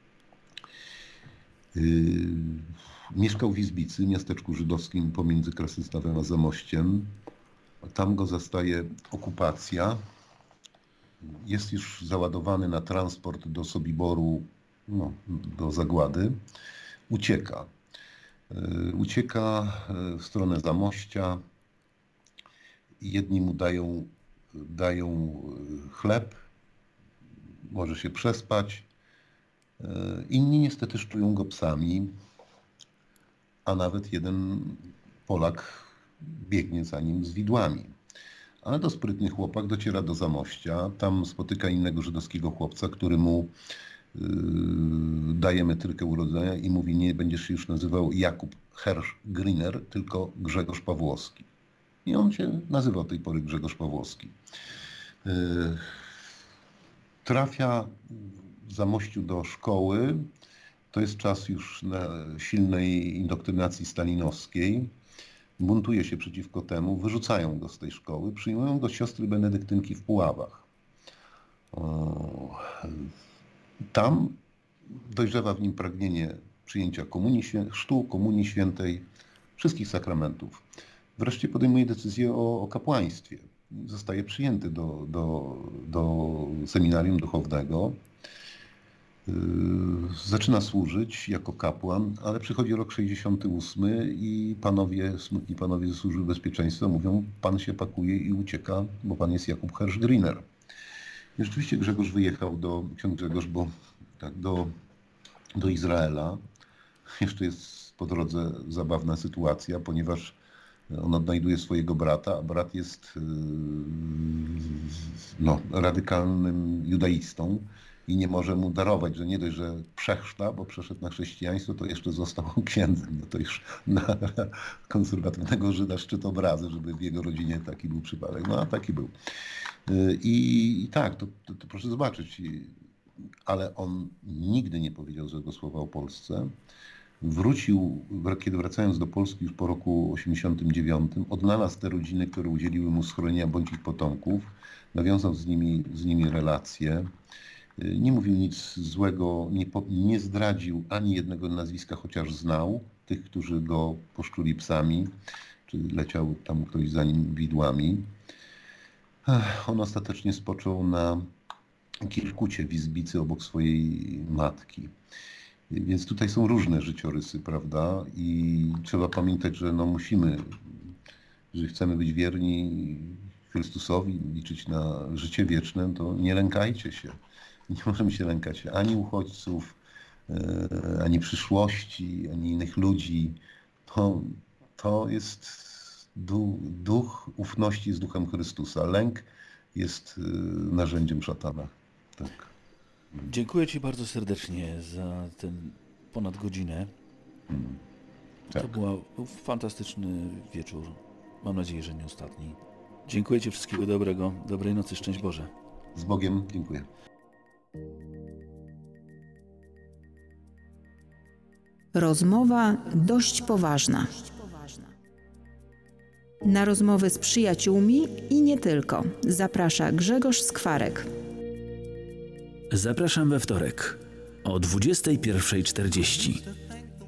Yy, mieszkał w Izbicy, miasteczku żydowskim pomiędzy Krasnostawem a Zamościem. Tam go zastaje okupacja. Jest już załadowany na transport do Sobiboru, no, do zagłady. Ucieka. Yy, ucieka w stronę Zamościa. Jedni mu dają, dają chleb, może się przespać. Inni niestety szczują go psami, a nawet jeden Polak biegnie za nim z widłami. Ale to sprytny chłopak dociera do Zamościa, tam spotyka innego żydowskiego chłopca, który mu yy, daje metrykę urodzenia i mówi: nie będziesz się już nazywał Jakub Hersz Griner, tylko Grzegorz Pawłowski. I on się nazywa od tej pory Grzegorz Pawłowski. Yy, trafia w Zamościu do szkoły. To jest czas już na silnej indoktrynacji stalinowskiej. Buntuje się przeciwko temu, wyrzucają go z tej szkoły, przyjmują go siostry benedyktynki w Puławach. O, tam dojrzewa w nim pragnienie przyjęcia komunii, chrztu, komunii świętej, wszystkich sakramentów. Wreszcie podejmuje decyzję o, o kapłaństwie. Zostaje przyjęty do, do, do seminarium duchownego. Yy, zaczyna służyć jako kapłan, ale przychodzi rok sześćdziesiąty ósmy i panowie, smutni panowie ze Służby Bezpieczeństwa mówią: pan się pakuje i ucieka, bo pan jest Jakub Hersz Griner. I rzeczywiście Grzegorz wyjechał do, ksiądz Grzegorz, bo tak, do, do Izraela. Jeszcze jest po drodze zabawna sytuacja, ponieważ on odnajduje swojego brata, a brat jest yy, no, radykalnym judaistą i nie może mu darować, że nie dość, że przechrzta, bo przeszedł na chrześcijaństwo, to jeszcze został księdzem. No to już na konserwatywnego Żyda szczyt obrazy, żeby w jego rodzinie taki był przypadek. No a taki był. I, i tak, to, to, to proszę zobaczyć, ale on nigdy nie powiedział złego słowa o Polsce. Wrócił, kiedy wracając do Polski już po roku osiemdziesiątym dziewiątym, odnalazł te rodziny, które udzieliły mu schronienia bądź ich potomków, nawiązał z nimi, z nimi relacje. Nie mówił nic złego, nie, po, nie zdradził ani jednego nazwiska, chociaż znał tych, którzy go poszczuli psami, czy leciał tam ktoś za nim widłami. Ech, on ostatecznie spoczął na Kirkucie w Izbicy obok swojej matki. Więc tutaj są różne życiorysy, prawda? I trzeba pamiętać, że no musimy, jeżeli chcemy być wierni Chrystusowi, liczyć na życie wieczne, to nie lękajcie się. Nie możemy się lękać ani uchodźców, ani przyszłości, ani innych ludzi. To, to jest duch, duch ufności z duchem Chrystusa. Lęk jest narzędziem szatana. Tak. Dziękuję Ci bardzo serdecznie za ten ponad godzinę. Hmm. Tak. To była, był fantastyczny wieczór. Mam nadzieję, że nie ostatni. Dziękuję Ci, wszystkiego dobrego. Dobrej nocy, szczęść Boże. Z Bogiem, dziękuję. Rozmowa dość poważna. Na rozmowy z przyjaciółmi i nie tylko zaprasza Grzegorz Skwarek. Zapraszam we wtorek o dwudziestej pierwszej czterdzieści.